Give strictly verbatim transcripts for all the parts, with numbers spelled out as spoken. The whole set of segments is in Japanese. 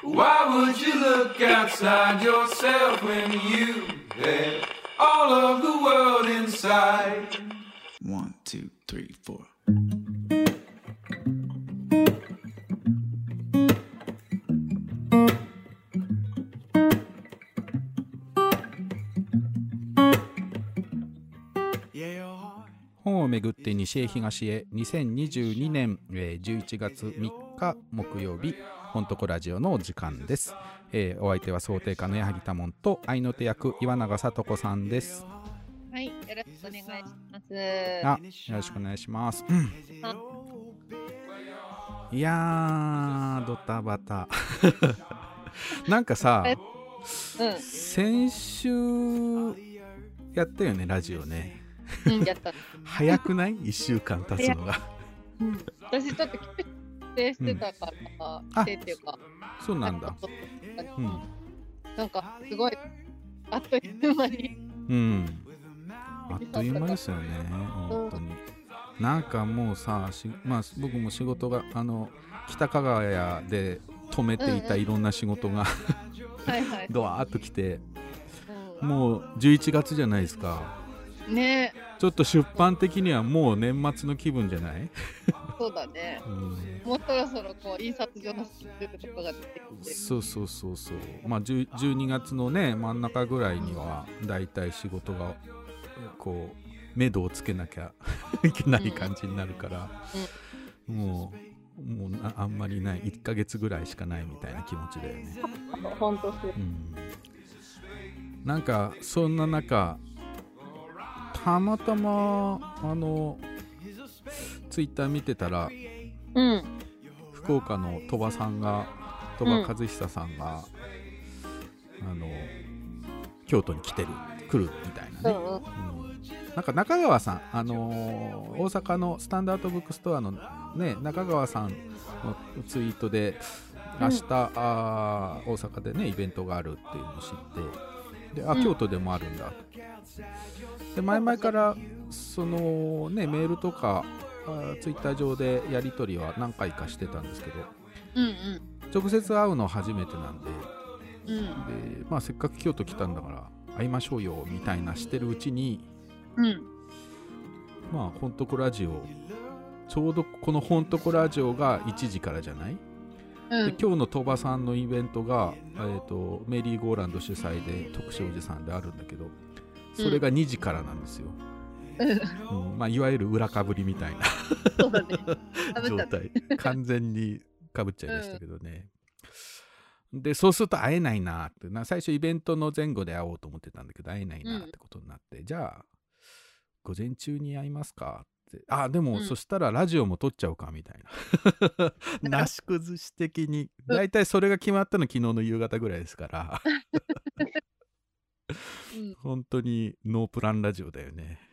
Why would you look outside yourself when you had all of the world inside? One, two, three, four.本をめぐって西へ東へにせんにじゅうにねんじゅういちがつみっか木曜日、ほんとこラジオのお時間です。えー、お相手は想定家の矢作多門と愛の手役岩永聡子さんです。 はい、よろしくお願いします。 あ、よろしくお願いします。いやー、ドタバタなんかさ、うん、先週やったよね、ラジオね。 うん、やった早くない？いっしゅうかん経つのが、 うん、私ちょっと帰省してたから、うん、帰省っていうかそうなんだ、 うん、なんかすごいあっという間に、 うん、あっという間ですよね、本当に。なんかもうさ、まあ、僕も仕事があの北加賀屋で止めていたいろんな仕事が、うんうん、ドワーッと来て、うん、もうじゅういちがつじゃないですかね。 ちょっと出版的にはもう年末の気分じゃない？ そうだね、うん、もうそろそろこう印刷所のスキルとかが出てきて、 そうそうそうそう、まあ、じゅうにがつのね真ん中ぐらいにはだいたい仕事がこう目処をつけなきゃいけない感じになるから、うんうん、もう、もうあんまりないいっかげつぐらいしかないみたいな気持ちだよね。 本当そう、 うん、なんかそんな中たまたまあのツイッター見てたら、うん、福岡の鳥羽さんが鳥羽和久さんが、うん、あの京都に来てる来るみたいなね、うんうん、なんか中川さん、あのー、大阪のスタンダードブックストアの、ね、中川さんのツイートで明日、うん、あ大阪でねイベントがあるっていうのを知ってで、あ、京都でもあるんだと、うん、で前々からその、ね、メールとかツイッター上でやり取りは何回かしてたんですけど、うんうん、直接会うの初めてなんで、うんでまあ、せっかく京都来たんだから会いましょうよみたいなしてるうちに、うん、まあほんとこラジオちょうどこのほんとこラジオがいちじからじゃない、うん、で今日の鳥羽さんのイベントが、えーと、メリーゴーランド主催で徳正寺さんであるんだけどそれがにじからなんですよ、うんうんまあ、いわゆる裏かぶりみたいなそうだ、ね、 状態完全にかぶっちゃいましたけどね、うん、でそうすると会えないなってな最初イベントの前後で会おうと思ってたんだけど会えないなってことになって、うん、じゃあ午前中に会いますかってあでも、うん、そしたらラジオも撮っちゃうかみたいななし崩し的にだいたいそれが決まったの昨日の夕方ぐらいですからうん、本当にノープランラジオだよね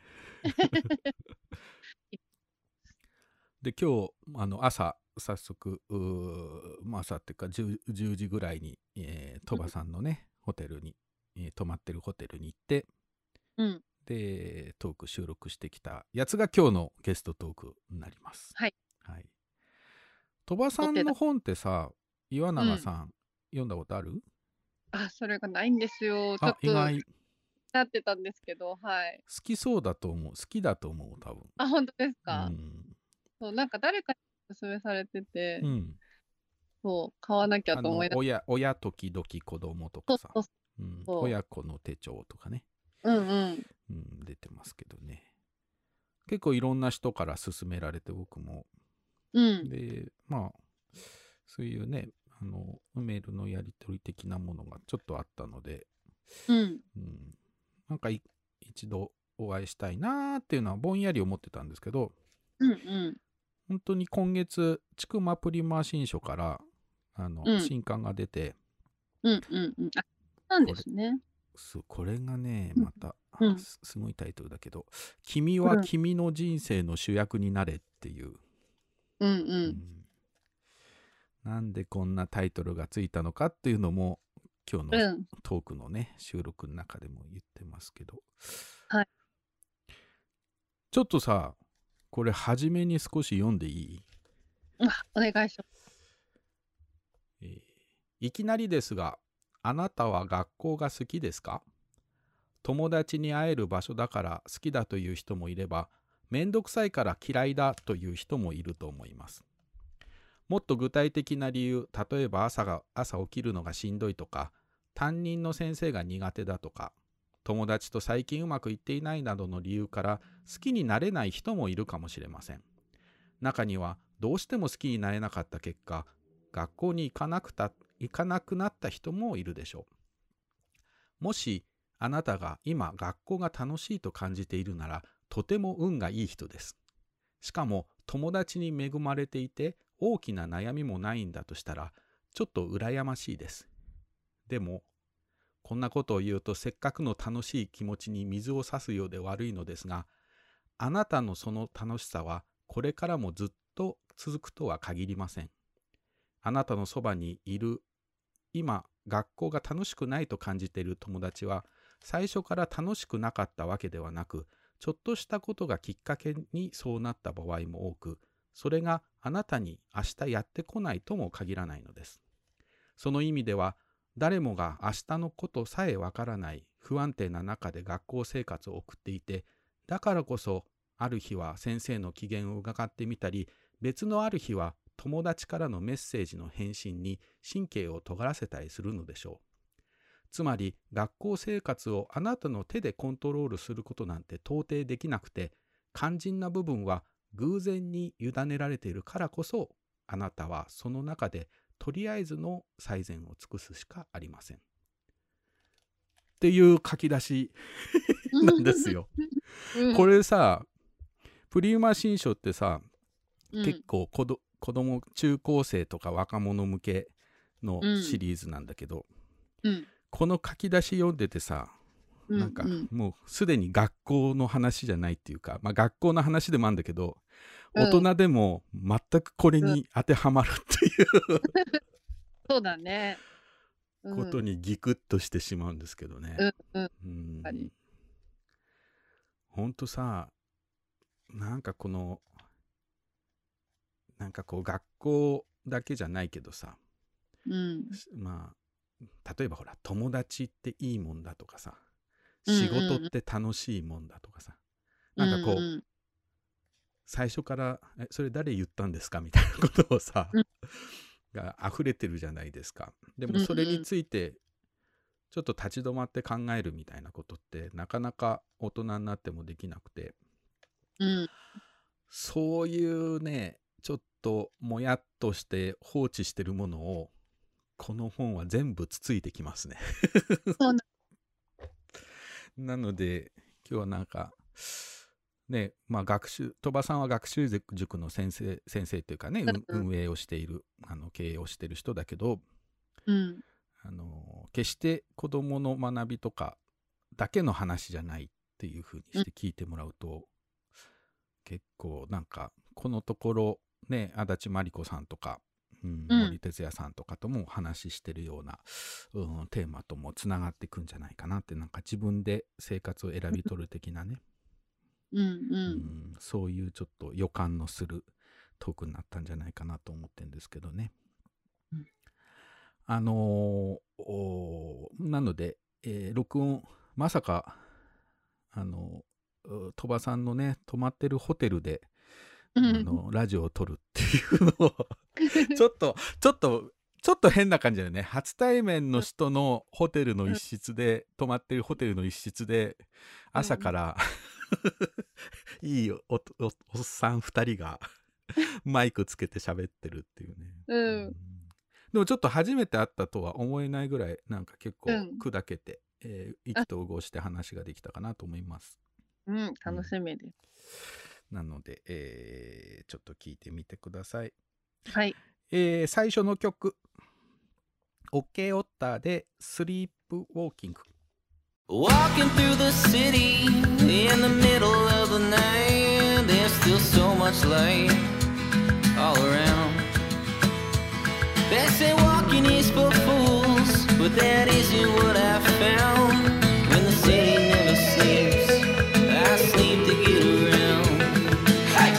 で今日あの朝早速まあ朝っていうか 10, じゅうじぐらいに、えー、鳥羽さんのね、うん、ホテルに、えー、泊まってるホテルに行って、うん、でトーク収録してきたやつが今日のゲストトークになります。 はい、 はい、鳥羽さんの本ってさ岩永さん、うん、読んだことある？ あそれがないんですよ。ちょっと意外なってたんですけど、はい。 好きそうだと思う好きだと思う多分。 あ本当ですか？うん、そうなんか誰かにお勧めされてて、うん、そう買わなきゃと思いながら親親時々子供とかさそうそうそう、うん、親子の手帳とかね、 うんうんうん、出てますけどね結構いろんな人から勧められて僕も、うん、でまあそういうねあのメールのやり取り的なものがちょっとあったので、うんうん、なんか一度お会いしたいなーっていうのはぼんやり思ってたんですけど、うんうん、本当に今月ちくまプリマ新書からあの、うん、新刊が出て、 うんうんうん、あなんですね。 これがねまた、うん、す, すごいタイトルだけど「君は君の人生の主役になれ」っていう、うんうんうん、なんでこんなタイトルがついたのかっていうのも今日のトークのね、うん、収録の中でも言ってますけど、はい、ちょっとさこれ初めに少し読んでいい？ あお願いします。 えーいきなりですが、あなたは学校が好きですか？友達に会える場所だから好きだという人もいれば、めんどくさいから嫌いだという人もいると思います。もっと具体的な理由、例えば朝が、朝起きるのがしんどいとか、担任の先生が苦手だとか、友達と最近うまくいっていないなどの理由から好きになれない人もいるかもしれません。中にはどうしても好きになれなかった結果、学校に行かなくた、行かなくなった人もいるでしょう。もしあなたが今学校が楽しいと感じているなら、とても運がいい人です。しかも友達に恵まれていて大きな悩みもないんだとしたら、ちょっと羨ましいです。でもこんなことを言うとせっかくの楽しい気持ちに水を差すようで悪いのですが、あなたのその楽しさはこれからもずっと続くとは限りません。あなたのそばにいる今学校が楽しくないと感じている友達は最初から楽しくなかったわけではなく、ちょっとしたことがきっかけにそうなった場合も多く、それがあなたに明日やってこないとも限らないのです。その意味では、誰もが明日のことさえわからない不安定な中で学校生活を送っていて、だからこそある日は先生の機嫌を伺ってみたり、別のある日は友達からのメッセージの返信に神経を尖らせたりするのでしょう。つまり学校生活をあなたの手でコントロールすることなんて到底できなくて、肝心な部分は偶然に委ねられているからこそ、あなたはその中でとりあえずの最善を尽くすしかありません。っていう書き出しなんですよ。うん、これさ、プリウマ新書ってさ、うん、結構子ど子供中高生とか若者向けのシリーズなんだけど、うん、この書き出し読んでてさ、うん、なんかもうすでに学校の話じゃないっていうか、まあ、学校の話でもあるんだけど、大人でも全くこれに当てはまるっていう、うん、 そうだね、 うん、ことにギクッとしてしまうんですけどね。 うんうんうん、 ほんとさ、なんかこのなんかこう学校だけじゃないけどさ、うん、まあ例えばほら友達っていいもんだとかさ、仕事って楽しいもんだとかさ、うんうん、なんかこう、うんうん、最初からえそれ誰言ったんですかみたいなことをさ、うん、が溢れてるじゃないですか。でもそれについてちょっと立ち止まって考えるみたいなことってなかなか大人になってもできなくて、うん、そういうねちょっともやっとして放置してるものをこの本は全部つついてきますねそうななので今日はなんかね、まあ学習鳥羽さんは学習塾の先生先生というかね、うん、運営をしているあの経営をしている人だけど、うん、あの決して子どもの学びとかだけの話じゃないっていう風にして聞いてもらうと、うん、結構なんかこのところね、足立真理子さんとか、うんうん、森哲也さんとかとも話してるような、うん、テーマともつながっていくんじゃないかなって、なんか自分で生活を選び取る的なね、うんうんうん、そういうちょっと予感のするトークになったんじゃないかなと思ってるんですけどね、うん、あのー、なので、えー、録音まさかあの鳥羽さんのね泊まってるホテルであのラジオを撮るっていうのをちょっとちょっとちょっと変な感じだよね。初対面の人のホテルの一室で、泊まってるホテルの一室で朝からいい お, お, お, おっさんふたりがマイクつけて喋ってるっていうね、うんうん、でもちょっと初めて会ったとは思えないぐらいなんか結構砕けて、うんえー、意気投合して話ができたかなと思います。 うん、楽しみです、 うん、なので、えー、ちょっと聞いてみてください。 はい、 えー、最初の曲 OK オッターでスリープウォーキング。 Walking through the city in the middle of the night, there's still so much light all around. They say walking is for fools, but that isn't what I found. When the city never sleeps, I sleep to get around. Hey!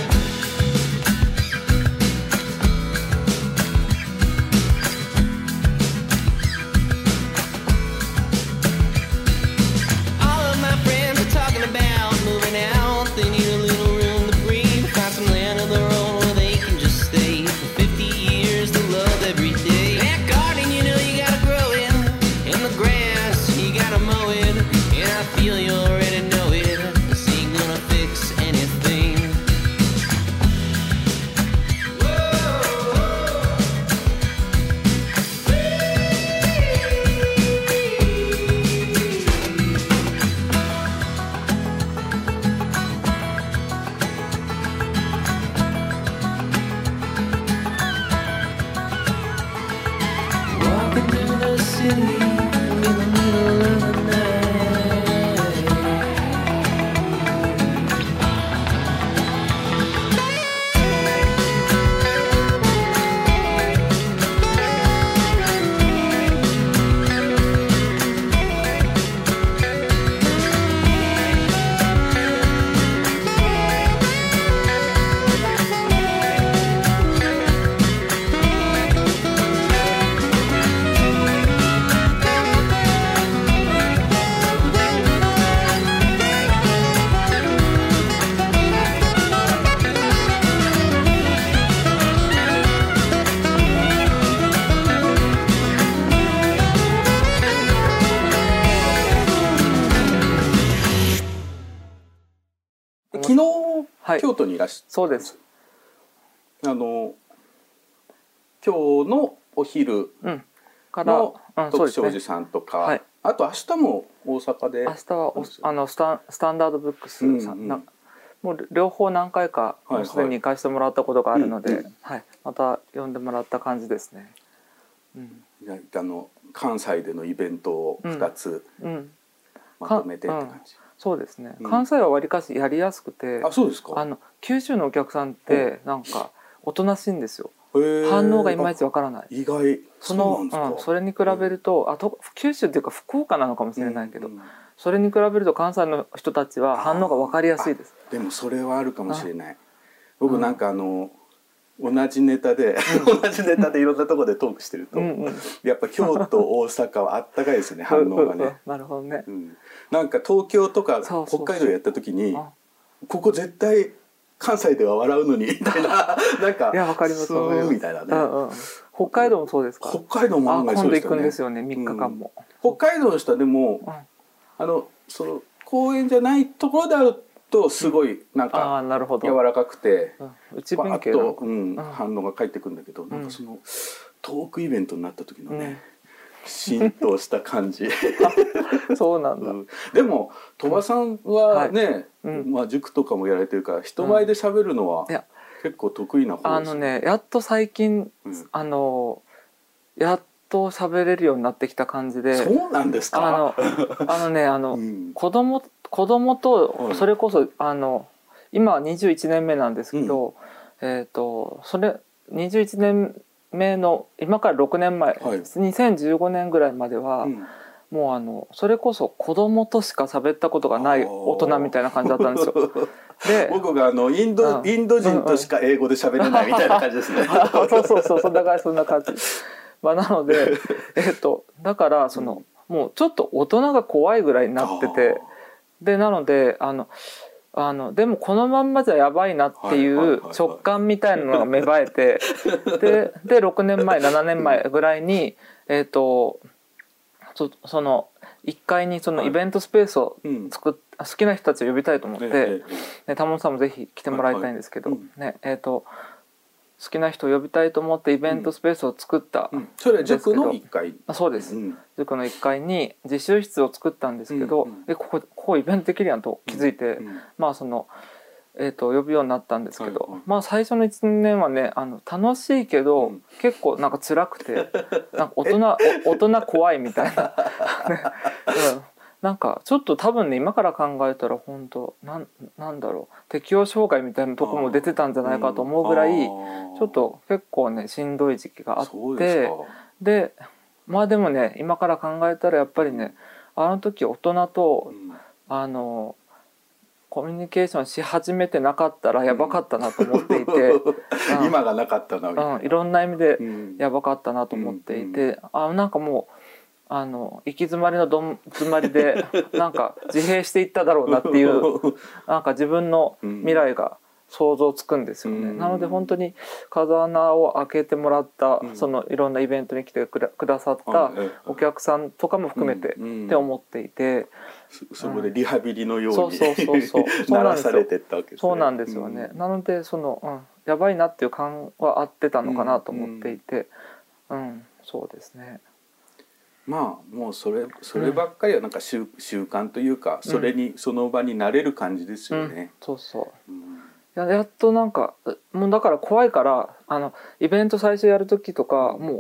昨日、はい、京都にいらっしゃる。 そうです。 あの今日のお昼の徳正寺さんとか、うんうんねはい、あと明日も大阪で。 明日はおあのスタスタンダードブックスさん、うんうん、もう両方何回かもうすでに行かせてもらったことがあるので、はいはいはい、また呼んでもらった感じですね。 うん、あの関西でのイベントをふたつまとめてって感じ。うんうんそうですね、うん、関西はわりかしやりやすくて、 あ、そうですか。 あの九州のお客さんってなんかおとなしいんですよ。反応がいまいちわからない。 意外。 そのそ, うん、それに比べると、あと九州っていうか福岡なのかもしれないけど、うんうん、それに比べると関西の人たちは反応がわかりやすいです。 でもそれはあるかもしれない。僕なんかあの、うん、同じネタで、うん、同じネタでいろんなところでトークしてると、うんうん、やっぱ京都大阪はあったかいですね反応がね。 なるほどね。 うん、なんか東京とか北海道やった時にここ絶対関西では笑うのにみたいななんかいやわかりますわかりますみたいなね、うんうん、 北海道もそうですか。 北海道も案外そうでしたね。今度行くんですよねみっかかんも、 うん、北海道の人はでも、うん、あのその公園じゃないところであるとすごいなんか柔らかくて内弁慶と、うん、反応が返ってくるんだけど、うん、なんかそのトークイベントになった時のね、うん浸透した感じそうなんだ、 うん、でも鳥羽さんはね、はいうんまあ、塾とかもやられてるから人前で喋るのは結構得意な方です、 うん、あのねやっと最近、うん、あのやっと喋れるようになってきた感じで。 そうなんですか。 あのあのねあの、うん、子供子供とそれこそ、うん、あの今はにじゅういちねんめなんですけど、うん、えっとそれにじゅういちねんめの今からろくねんまえ、はい、にせんじゅうごねんぐらいまでは、うん、もうあのそれこそ子供としか喋ったことがない大人みたいな感じだったんですよ。 で僕があのインド、うん、インド人としか英語で喋れないみたいな感じですね。 そうそうそうそんな感じそんな感じ。まあなのでえっとだからその、うん、もうちょっと大人が怖いぐらいになっててでなのであの。あのでもこのまんまじゃやばいなっていう直感みたいなのが芽生えてで, でろくねんまえななねんまえぐらいに、えー、と そ, そのいっかいにそのイベントスペースを作っ、はい、好きな人たちを呼びたいと思って、ね、タモンさんもぜひ来てもらいたいんですけど、ねえー、と好きな人を呼びたいと思ってイベントスペースを作ったんですけど、うんうん、それは塾のいっかいあそうです、うん、塾のいっかいに自習室を作ったんですけど、うんうん、えここここイベントできるやんと気づいて、うんうん、まあその、えー、と呼ぶようになったんですけど、はいはい、まあ最初のいちねんはねあの楽しいけど、うん、結構なんか辛くてなんか大人大人怖いみたいな、ねうん、なんかちょっと多分ね今から考えたら本当なんなんだろう適応障害みたいなとこも出てたんじゃないかと思うぐらい、うん、ちょっと結構ねしんどい時期があってでまあでもね今から考えたらやっぱりねあの時大人と、うん、あのコミュニケーションし始めてなかったらやばかったなと思っていて、 うん、今がなかったなみたいな、 うん、いろんな意味でやばかったなと思っていて、うんうん、あなんかもうあの行き詰まりのどん詰まりでなんか自閉していっただろうなっていうなんか自分の未来が想像つくんですよね、うん、なので本当に風穴を開けてもらった、うん、そのいろんなイベントに来てく だ, くださったお客さんとかも含めて、うん、って思っていて、 うん、そこでリハビリのようにならされてったわけですね。 そうなんですよね、うん、なのでその、うん、やばいなっていう感はあってたのかなと思っていて、うん、うん、そうですね。 まあもうそれそればっかりはなんか 習,、うん、習慣というかそれにその場に慣れる感じですよね、うん、 そうそう、うん、や, やっとなんかもうだから怖いからあのイベント最初やる時とか、うん、もう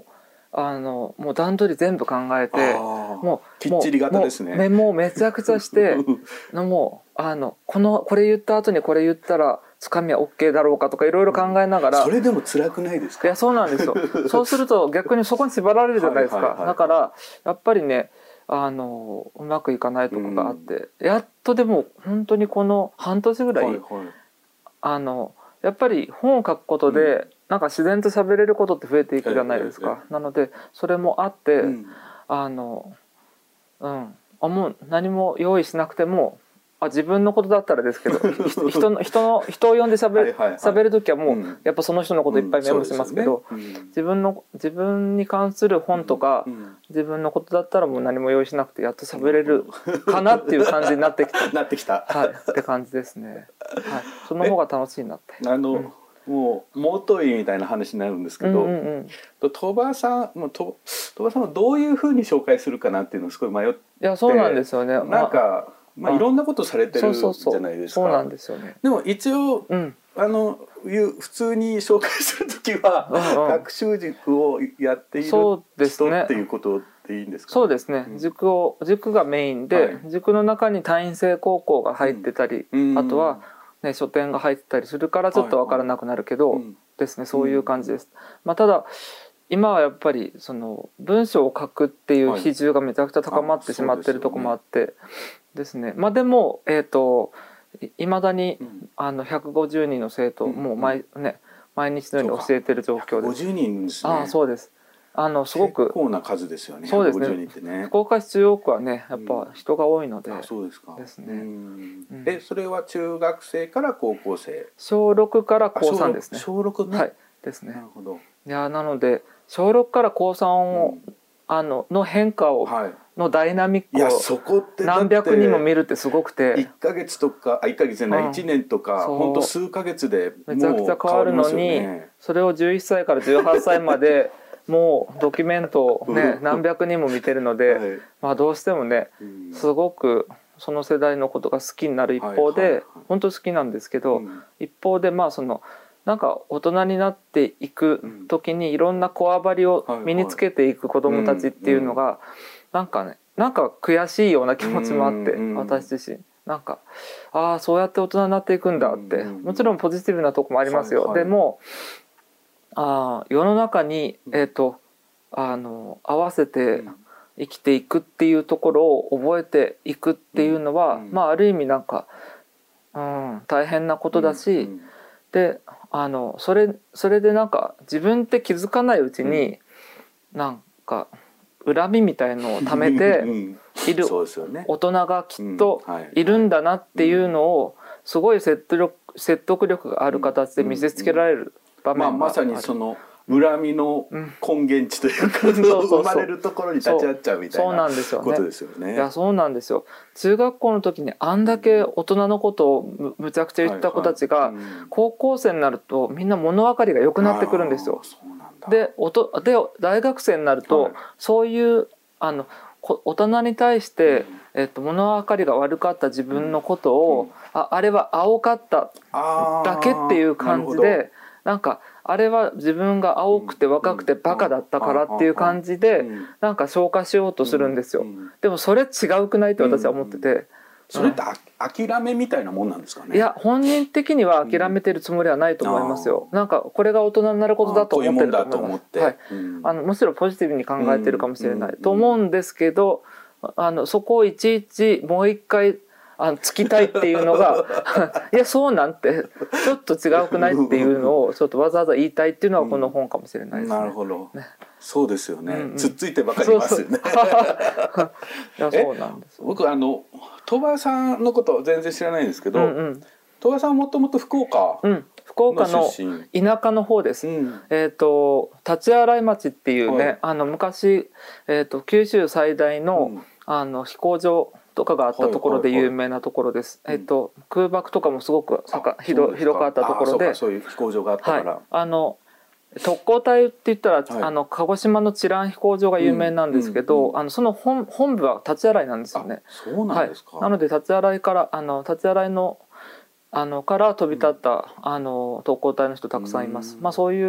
あのもう段取り全部考えて、もうきっちり型ですね。 メモをめちゃくちゃしてもうあのこのこれ言った後にこれ言ったらつかみは OK だろうかとかいろいろ考えながら、 それでも辛くないですか？ いやそうなんですよそうすると逆にそこに縛られるじゃないですか。はいはいはいはい、だからやっぱりねあのうまくいかないとこがあって、うん、やっとでも本当にこの半年ぐらい、はいはい、あのやっぱり本を書くことで、うん、なんか自然と喋れることって増えていくじゃないですか。なのでそれもあって、うん、あのうんあもう何も用意しなくてもあ自分のことだったらですけど人の人の人を呼んでしゃべる、はいはいはい、る時はもう、うん、やっぱその人のこといっぱいメモしますけど、うんねうん、自分の自分に関する本とか、うん、自分のことだったらもう何も用意しなくてやっとしゃべれるかなっていう感じになってきたなってきた、 はい、って感じですね、はい、その方が楽しいなってあの、うんもうもといみたいな話になるんですけど、うんうんうん、鳥羽さんも鳥羽さんはどういうふうに紹介するかなっていうのをすごい迷って、いやそうなんですよね。 なんか、まあ、いろんなことされてるじゃないですか。 そうなんですよね。 でも一応、うん、あの普通に紹介するときは、うんうん、学習塾をやっている人っていうことでいいんですか？ そうですね。塾を塾がメインで、はい、塾の中に単位制高校が入ってたり、うん、あとはね、書店が入ってたりするからちょっと分からなくなるけど、はいはい、ですね、そういう感じです、うんまあ、ただ今はやっぱりその文章を書くっていう比重がめちゃくちゃ高まってしまってるとこもあってですね、まあでもえっといまだにあのひゃくごじゅうにんの生徒もう毎、ね、毎日のように教えてる状況です。ひゃくごじゅうにんですね。ああそうです。あのすごく結構な数ですよね。 そうですね。ひゃくごじゅうにんってね。福岡市中央区はねやっぱ人が多いので、うん、 あそうですか。 ですね。 うんえそれは中学生から高校生。 小ろくから高さんですね。 小ろくね。 はいですね。 なるほど。 いやなので小ろくから高さんを、うん、あのの変化を、はい、のダイナミックを何百人も見るってすごくて。 いっかげつとかあいっかげつじゃない、うん、いちねんとか本当数ヶ月でめちゃくちゃ変わるのに、それをじゅういっさいからじゅうはっさいまでもうドキュメントをね何百人も見てるので、はい、まあどうしてもねすごくその世代のことが好きになる一方で、はいはいはい、本当好きなんですけど、うん、一方でまあそのなんか大人になっていく時にいろんなこわばりを身につけていく子どもたちっていうのがなんかねなんか悔しいような気持ちもあって、私自身なんかああそうやって大人になっていくんだって、もちろんポジティブなとこもありますよ、はいはい、でもあ世の中に、えーと、あの合わせて生きていくっていうところを覚えていくっていうのは、うん、まあある意味なんか、うん、大変なことだし、うん、であのそれそれでなんか自分って気づかないうちに、うん、なんか恨みみたいのを溜めている大人がきっといるんだなっていうのをすごい説得、説得力がある形で見せつけられる場面がある。 まあ、まさにその恨みの根源地というか、うん、生まれるところに立ち会っちゃうみたいなことですよね。 いやそうなんですよ。中学校の時にあんだけ大人のことを む, むちゃくちゃ言った子たちが、はいはいうん、高校生になるとみんな物分かりが良くなってくるんですよ。で, おとで大学生になると、はい、そういうあの大人に対して、うんえっと、物分かりが悪かった自分のことを、うん、あ, あれは青かっただけっていう感じでなんかあれは自分が青くて若くてバカだったからっていう感じでなんか消化しようとするんですよ。でもそれ違うくないって私は思ってて、 それって諦めみたいなもんなんですかね。 いや本人的には諦めてるつもりはないと思いますよ。なんかこれが大人になることだと思ってると思います。はい、あのむしろポジティブに考えてるかもしれないと思うんですけど、あのそこをいちいちもう一回あのつきたいっていうのがいやそうなんてちょっと違うくないっていうのをちょっとわざわざ言いたいっていうのはこの本かもしれないですね。 なるほど、ね、そうですよね、うんうん、つっついてばかりいますよね。 いやそうなんです。 僕あの鳥羽さんのこと全然知らないんですけど、うんうん、鳥羽さんはもともと福岡、 うん、福岡の田舎の方です、うん、えーと立洗町っていうね、はい、あの昔、えーと九州最大の、うん、あの飛行場とかがあったところで有名なところです。はいはいはい、えっと空爆とかもすごくさか広広かったところで、 あそうかそういう飛行場があったから、はい、 あの特攻隊って言ったら、はい、あの鹿児島の知覧飛行場が有名なんですけど、うんうんうん、あのその 本, 本部は立ち洗いなんですよね。 そうなんですか。 はい、なので立ち洗いからあの立ち洗いのあのから飛び立った、うん、あの特攻隊の人たくさんいます。まあそういう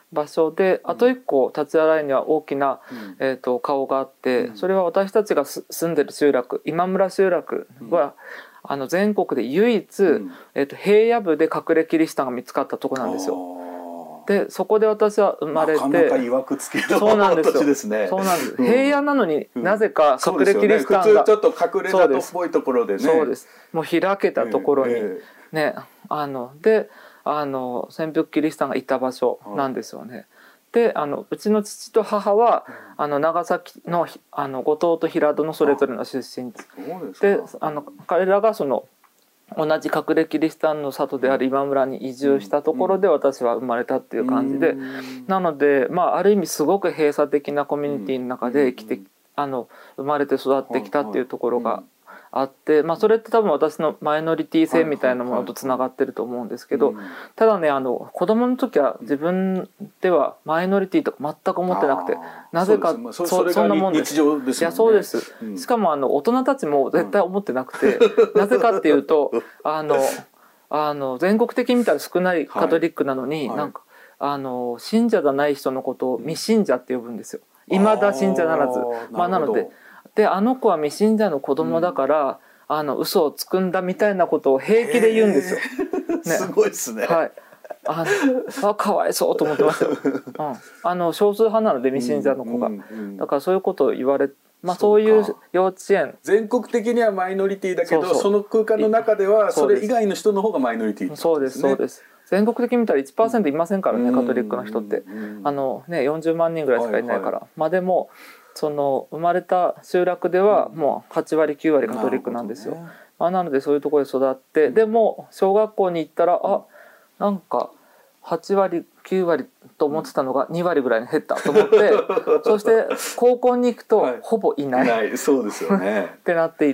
場所で、あと一個立ち洗いには大きな、うんえー、と顔があって、うん、それは私たちが住んでる集落今村集落は、うんあの全国で唯一、うんえー、と平野部で隠れキリシタンが見つかったとこなんですよ。でそこで私は生まれて、なかなかいわくつきの土地ですね。 そうなんです。平野なのに、うん、なぜか隠れキリシタンが、 ね、普通ちょっと隠れ里っぽいところでね。 そうです。もう開けたところに、えーえー、ねあのであの潜伏キリシタンがいた場所なんですよね。であのうちの父と母は、うん、あの長崎のあの五島と平戸のそれぞれの出身で、あの彼らがその同じ隠れキリシタンの里である今村に移住したところで私は生まれたっていう感じで、なので、まあ、ある意味すごく閉鎖的なコミュニティの中で生きてあの生まれて育ってきたっていうところがあって、まあ、それって多分私のマイノリティ性みたいなものとつながってると思うんですけど、ただねあの子供の時は自分ではマイノリティとか全く思ってなくて、なぜか そ, そ, そんなもんです。いやそうです。しかもあの大人たちも絶対思ってなくて、なぜかっていうとあのあの全国的に見たら少ないカトリックなのに、なんかあの信者じゃない人のことを未信者って呼ぶんですよ。未だ信者ならず。まあなのでであの子は未信者の子供だから、うん、あの嘘をつくんだみたいなことを平気で言うんですよ。 ね、すごいですね。 はい。あのあかわいそうと思ってましたよ。うん、あの少数派なので未信者の子が、うんうんうん、だからそういうことを言われ、まあそういう幼稚園。 全国的にはマイノリティだけど、そうそうその空間の中ではそれ以外の人の方がマイノリティ、ね、 そうですそうです。全国的に見たら いちパーセント いませんからね、カトリックの人って、あのねよんじゅうまんにんぐらいしかいないから、はいはい、まあでも。その生まれた集落ではもうはちわりきゅうわりカトリックなんですよ。なるほどね。まあ、なのでそういうところで育って、でも小学校に行ったらあなんかはちわりきゅうわりと思ってたのがにわりぐらいに減ったと思ってそして高校に行くとほぼいない、 はい、いないそうですよねってなっていって、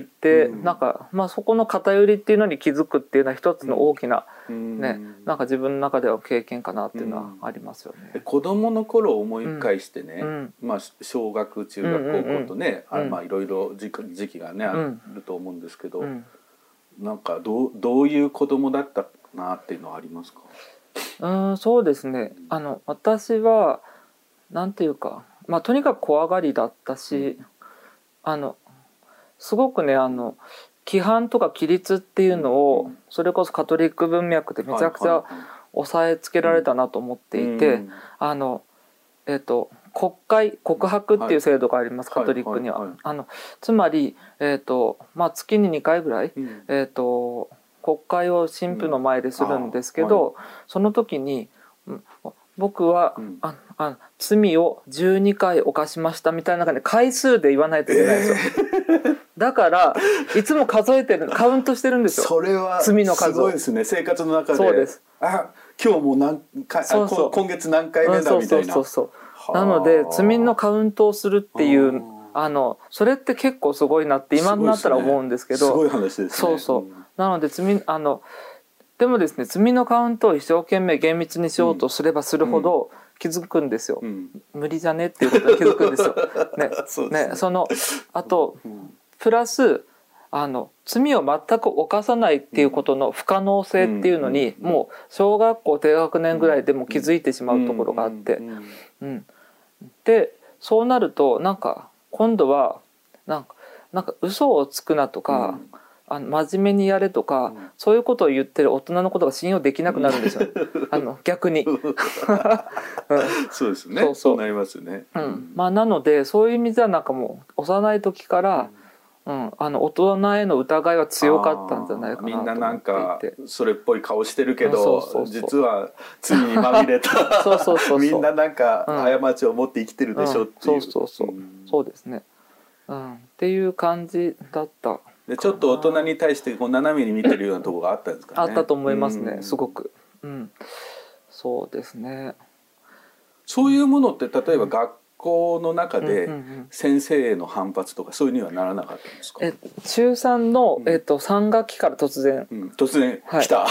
うん、なんか、まあ、そこの偏りっていうのに気づくっていうのは一つの大きな、うんね、なんか自分の中では経験かなっていうのはありますよね。 うん、子供の頃を思い返してね、うんまあ、小学中学高校とね、うんうんうん、あまあいろいろ時期がね、うん、あると思うんですけど、うん、なんかどう、どういう子供だったなっていうのはありますか？ うんそうですね、あの私はなんていうか、まあ、とにかく怖がりだったし、あのすごくねあの規範とか規律っていうのをそれこそカトリック文脈でめちゃくちゃ押さえつけられたなと思っていて、あのえっと国会告白っていう制度があります、はい、カトリックには、はいはいはい、あのつまり、えーとまあ、月ににかいぐらい、うんえーと国会を神父の前でするんですけど、うんはい、その時に僕は、うん、ああ罪をじゅうにかい犯しましたみたいな感じで回数で言わないといけないんですよ、えー、だからいつも数えてるカウントしてるんですよ。 それは罪の数をすごいですね。生活の中でそうです。 あ今日も何回そうそう今月何回目だみたいな、 そうそうそうそうなので罪のカウントをするっていうあのそれって結構すごいなって今になったら思うんですけど、 すごい話ですね。 そうそう、うん、なので罪あのでもですね罪のカウントを一生懸命厳密にしようとすればするほど気づくんですよ、うん、無理じゃねっていうことに気づくんですよ、ねそうですね、ねそのあと、うん、プラスあの罪を全く犯さないっていうことの不可能性っていうのに、うん、もう小学校低学年ぐらいでも気づいてしまうところがあって、うんうん、でそうなるとなんか今度はなんかなんか嘘をつくなとか、うん、あの真面目にやれとか、うん、そういうことを言ってる大人のことが信用できなくなるんですよ、うん、あの逆に、うん、 そうですね。そうそう、そうなりますよね、 うんまあ、なのでそういう意味ではなんかもう幼い時から、うん、あの大人への疑いは強かったんじゃないかなと思っていて、みんななんかそれっぽい顔してるけど、そうそうそう実は罪にまみれたそうそうそうそうみんななんか過ちを持って生きてるでしょっていう、うん、そうそうそう、うん、 そうですね、うん、っていう感じだったでちょっと大人に対してこう斜めに見てるようなところがあったんですかね。 あったと思いますね、すごく、うん、そうですね。 そういうものって例えば学校の中で先生への反発とかそういうにはならなかったんですか。 え中さんの、えっと、さん学期から突然、 うん、突然来た、はい、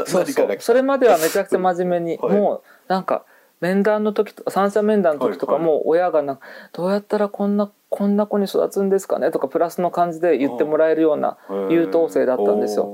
そうそうそれまではめちゃくちゃ真面目に、はい、もうなんか面談の時とか三者面談の時とかも親がなんかどうやったらこんなこんな子に育つんですかねとかプラスの感じで言ってもらえるような優等生だったんですよ。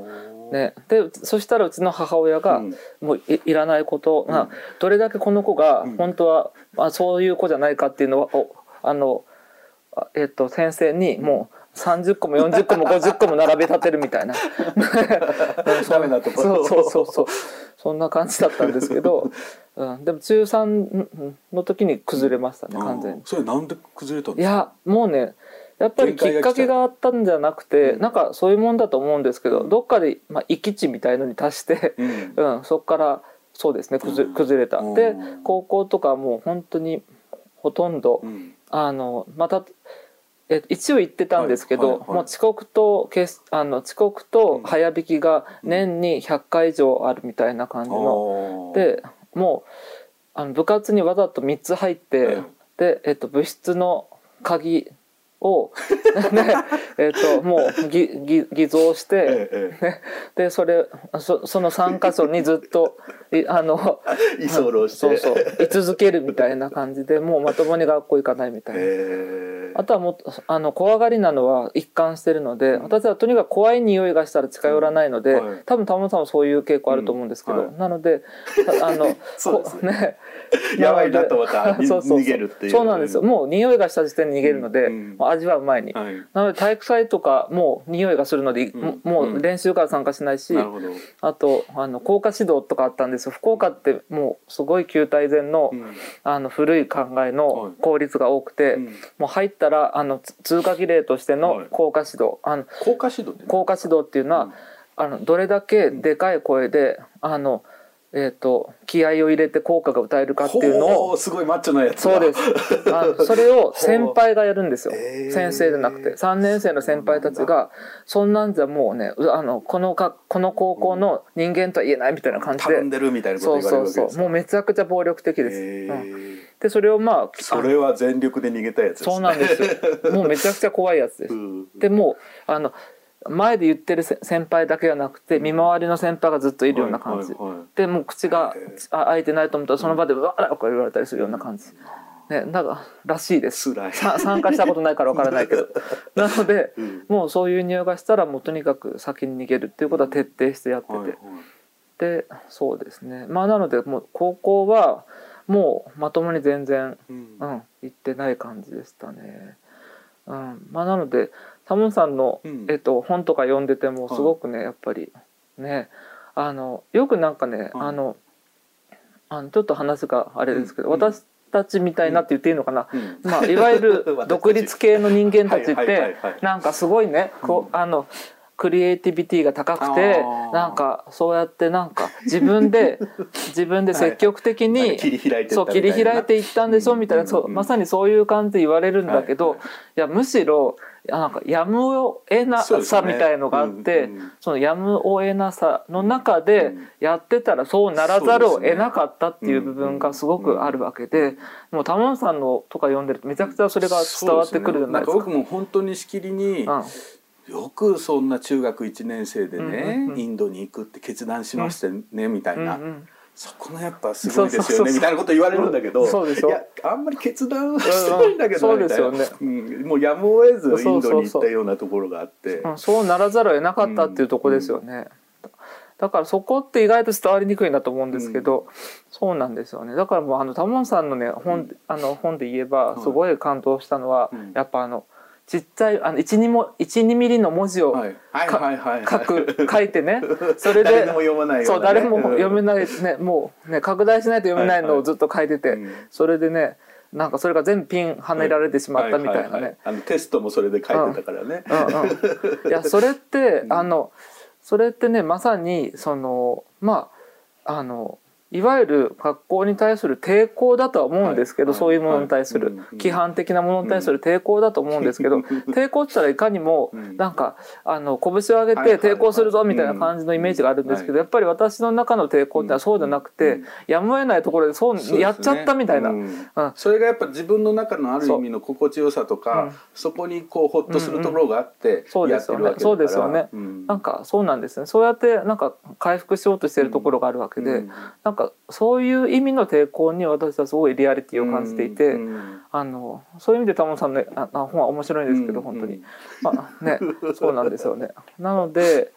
ね、でそしたらうちの母親が、うん、もう い, いらないこと、うん、どれだけこの子が本当は、うん、あそういう子じゃないかっていうのをあの、えっと、先生にもうさんじゅっこもよんじゅっこもごじゅっこも並べ立てるみたいなダメなところそうそうそうそうそんな感じだったんですけど、うん、でも中さんの時に崩れましたね、うん、完全に。 それなんで崩れたんですか？ いやもうねやっぱりきっかけがあったんじゃなくて、うん、なんかそういうもんだと思うんですけど、うん、どっかで、まあ、閾値みたいのに達して、うんうん、そこからそうですね崩れ、崩れた、うん、で高校とかもう本当にほとんど、うん、あのまたえ一応言ってたんですけど、はいはいはい、もう遅刻とあの遅刻と早引きが年にひゃっかい以上あるみたいな感じの、うん、でもうあの部活にわざとみっつ入って、うん、で、えっと、部室の鍵を、ねえー、ともうぎぎ偽造して、ええね、でそれ そ, そのさんかしょにずっといあの居候してそうそう居続けるみたいな感じでもうまともに学校行かないみたいな、えー、あとはもうあの怖がりなのは一貫してるので、うん、私はとにかく怖い匂いがしたら近寄らないので、うんはい、多分玉本さんもそういう傾向あると思うんですけど、うんはい、なのであのそうですねねやばいなと思ったら逃げるっていう。 そうなんですよ。もう匂いがした時点で逃げるので、うんうん、味わう前に、はい、なので体育祭とかもう匂いがするので、うん、もう練習から参加しないし、うん、あとあの校歌指導とかあったんですよ。福岡ってもうすごい旧体前の、うん、あの古い考えの公立が多くて、はい、もう入ったらあの通過儀礼としての校歌指導、あの校歌指導って校歌指導っていうのは、うん、あのどれだけでかい声であのえー、と気合を入れて校歌が歌えるかっていうのをすごいマッチョなやつそうですあのそれを先輩がやるんですよ先生じゃなくてさんねん生の先輩たちがそんなんじゃもうねあのこのかこの高校の人間とは言えないみたいな感じで頼んでるみたいなこと言われるわけですか。 そうそうそうもうめちゃくちゃ暴力的です、うん、でそれをまあそれは全力で逃げたやつですね。 そうなんですよもうめちゃくちゃ怖いやつです、うん、でもうあの前で言ってる先輩だけじゃなくて見回りの先輩がずっといるような感じ、はいはいはい、でもう口が開いてないと思ったらその場でわーとか言われたりするような感じ、ね、だかららしいです参加したことないから分からないけどなので、うん、もうそういう匂いがしたらもうとにかく先に逃げるっていうことは徹底してやってて、はいはい、でそうですねまあなのでもう高校はもうまともに全然、うんうん、行ってない感じでしたね、うんまあ、なのでタモンさんの、うんえっと、本とか読んでてもすごくね、はい、やっぱりねあのよくなんかね、はい、あのあのちょっと話があれですけど、うん、私たちみたいなって言っていいのかな、うんまあ、いわゆる独立系の人間たちってなんかすごいねこうあのクリエイティビティが高くてなんかそうやってなんか自分で自分で積極的に、はい、 切り開いていったみたいな、 そう切り開いていったんでしょみたいな、そうまさにそういう感じで言われるんだけど、はいはい、いやむしろなんかやむを得なさみたいのがあって そ,、ねうんうん、そのやむを得なさの中でやってたらそうならざるを得なかったっていう部分がすごくあるわけで、もうタモンさんのとか読んでるとめちゃくちゃそれが伝わってくるじゃないですか。 なんか僕も本当にしきりに、うんよくそんな中学いちねん生でね、うんうんうん、インドに行くって決断しましてね、うん、みたいな、うんうん、そこのやっぱすごいですよねみたいなこと言われるんだけど、 そうでしょ、 いやあんまり決断はしてないんだけど、うんうん、みたいな、そうですよね、うん、もうやむを得ずインドに行ったようなところがあって、 そうそうそう、うん、そうならざるを得なかったっていうところですよね、うんうん、だからそこって意外と伝わりにくいなと思うんですけど、うん、そうなんですよね。だからもうあのタモンさんのね 本,、うん、あの本で言えばすごい感動したのは、うん、やっぱあのちっちゃいあの いちにミリの文字を書く書いてね、それで誰も読まないようなね、 そう誰も読めないね、もうね拡大しないと読めないのをずっと書いてて、はいはい、それでねなんかそれが全部ピンはめられてしまったみたいなね、はいはいはい、 あのテストもそれで書いてたからね、うんうんうん、いやそれってあのそれってねまさにそのまああのいわゆる学校に対する抵抗だとは思うんですけど、はい、そういうものに対する、はい、規範的なものに対する抵抗だと思うんですけど、うん、抵抗って言ったらいかにもなんかあの拳を上げて抵抗するぞみたいな感じのイメージがあるんですけど、やっぱり私の中の抵抗ってのはそうじゃなくて、うん、やむを得ないところでそうやっちゃったみたいな、 うんうん、それがやっぱ自分の中のある意味の心地よさとか そ,、うん、そこにこうホッとするところがあってやってるわけだから、 そうですよね、うん、なんかそうなんですね。そうやってなんか回復しようとしているところがあるわけで、うん、なんかそういう意味の抵抗に私はすごいリアリティを感じていて、うんうん、あのそういう意味でタモンさんの本は面白いんですけど、うんうん、本当にまあねそうなんですよね。なので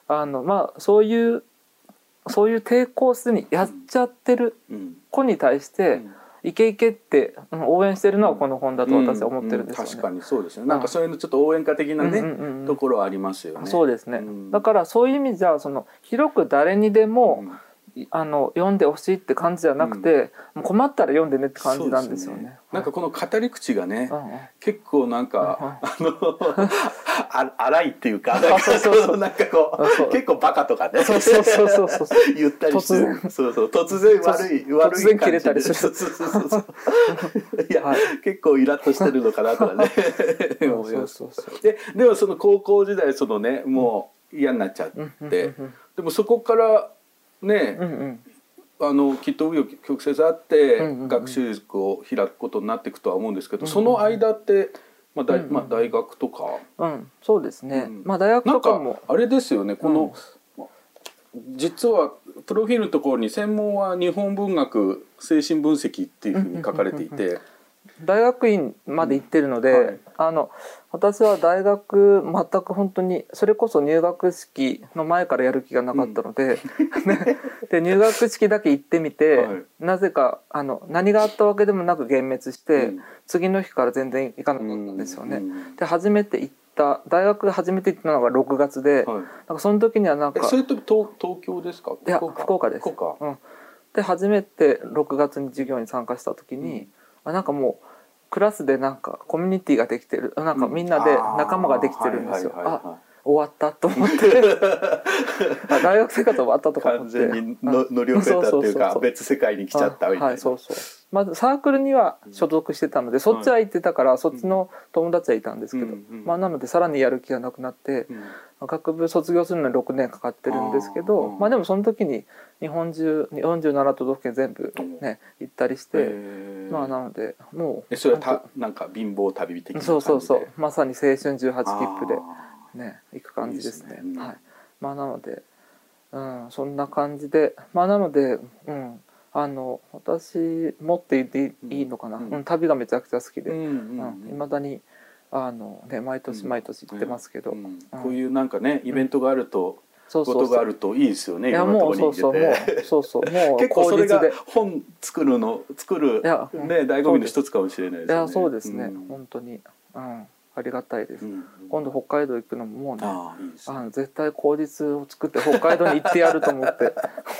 あのまあそういうそういう抵抗すにやっちゃってる子に対して、うんいけいけって応援してるのはこの本だと私は思ってるんですよね。 うんうん、確かにそうですね。なんかそういうのちょっと応援歌的なね、うんうんうん、ところはありますよね。 そうですね。うん、だからそういう意味じゃその広く誰にでも、うんあの読んでほしいって感じじゃなくて、うん、困ったら読んでねって感じなんですよね。ねなんかこの語り口がね、うん、結構なんか、うん、あのあ荒いっていうか、なんかこう結構バカとかね、そうそうそうそうそう言ったりして、そうそう突然悪い悪い突然切れたりする。 そうそうそうそういや、はい、結構イラッとしてるのかなとかね。そうそうそうででもその高校時代そのねもう嫌になっちゃって、でもそこからね、うんうん、あのきっと紆余曲折あって学習塾を開くことになっていくとは思うんですけど、うんうん、その間って、まあ大まあ、大学とか、 うん、そうですね、うん、まあ大学とかもなんかあれですよねこの、うん、実はプロフィールのところに専門は日本文学精神分析っていうふうに書かれていて、 大学院まで行ってるので、うんはい、あの私は大学全く本当にそれこそ入学式の前からやる気がなかったので、うんね、で入学式だけ行ってみて、はい、なぜかあの何があったわけでもなく幻滅して、うん、次の日から全然行かなかったんですよね。うん、で初めて行った大学初めて行ったのがろくがつで、はい、なんかその時にはなんかそれと 東, 東京ですか？ いや福岡です。 福岡、 うん、で初めてろくがつに授業に参加した時に、うんあなんかもうクラスでなんかコミュニティができてるなんかみんなで仲間ができてるんですよ。あ終わったと思って大学生活終わったとか思って完全にの乗り遅れたっていうか別世界に来ちゃったみたいな。はい、そうそうまずサークルには所属してたので、うん、そっちは行ってたから、うん、そっちの友達はいたんですけど、うんうんまあ、なのでさらにやる気がなくなって、うん、学部卒業するのにろくねんかかってるんですけど、まあ、でもその時に日本中よんじゅうなな都道府県全部ね行ったりして、まあなのでもうえそれはたなんか貧乏旅的な感じでそうそうそうまさに青春じゅうはち切符でね行く感じですね。いいですね、はい、まあなので、うん、そんな感じでまあなので、うん、あの私持っていていいのかな、うんうん、旅がめちゃくちゃ好きで、うんうんうん、未だにあのね毎年毎年行ってますけど、うんうん、 こういうなんかねイベントがあると、うん、ことがあるといいですよね。 いやもうそうそうもうそうそうもう結構それが本作るの作るね醍醐味の一つかもしれないですね。 いやそうですね、うん、本当に、うん、ありがたいです、うんうん、今度北海道行くのももうねあいいですねあの絶対口実を作って北海道に行ってやると思って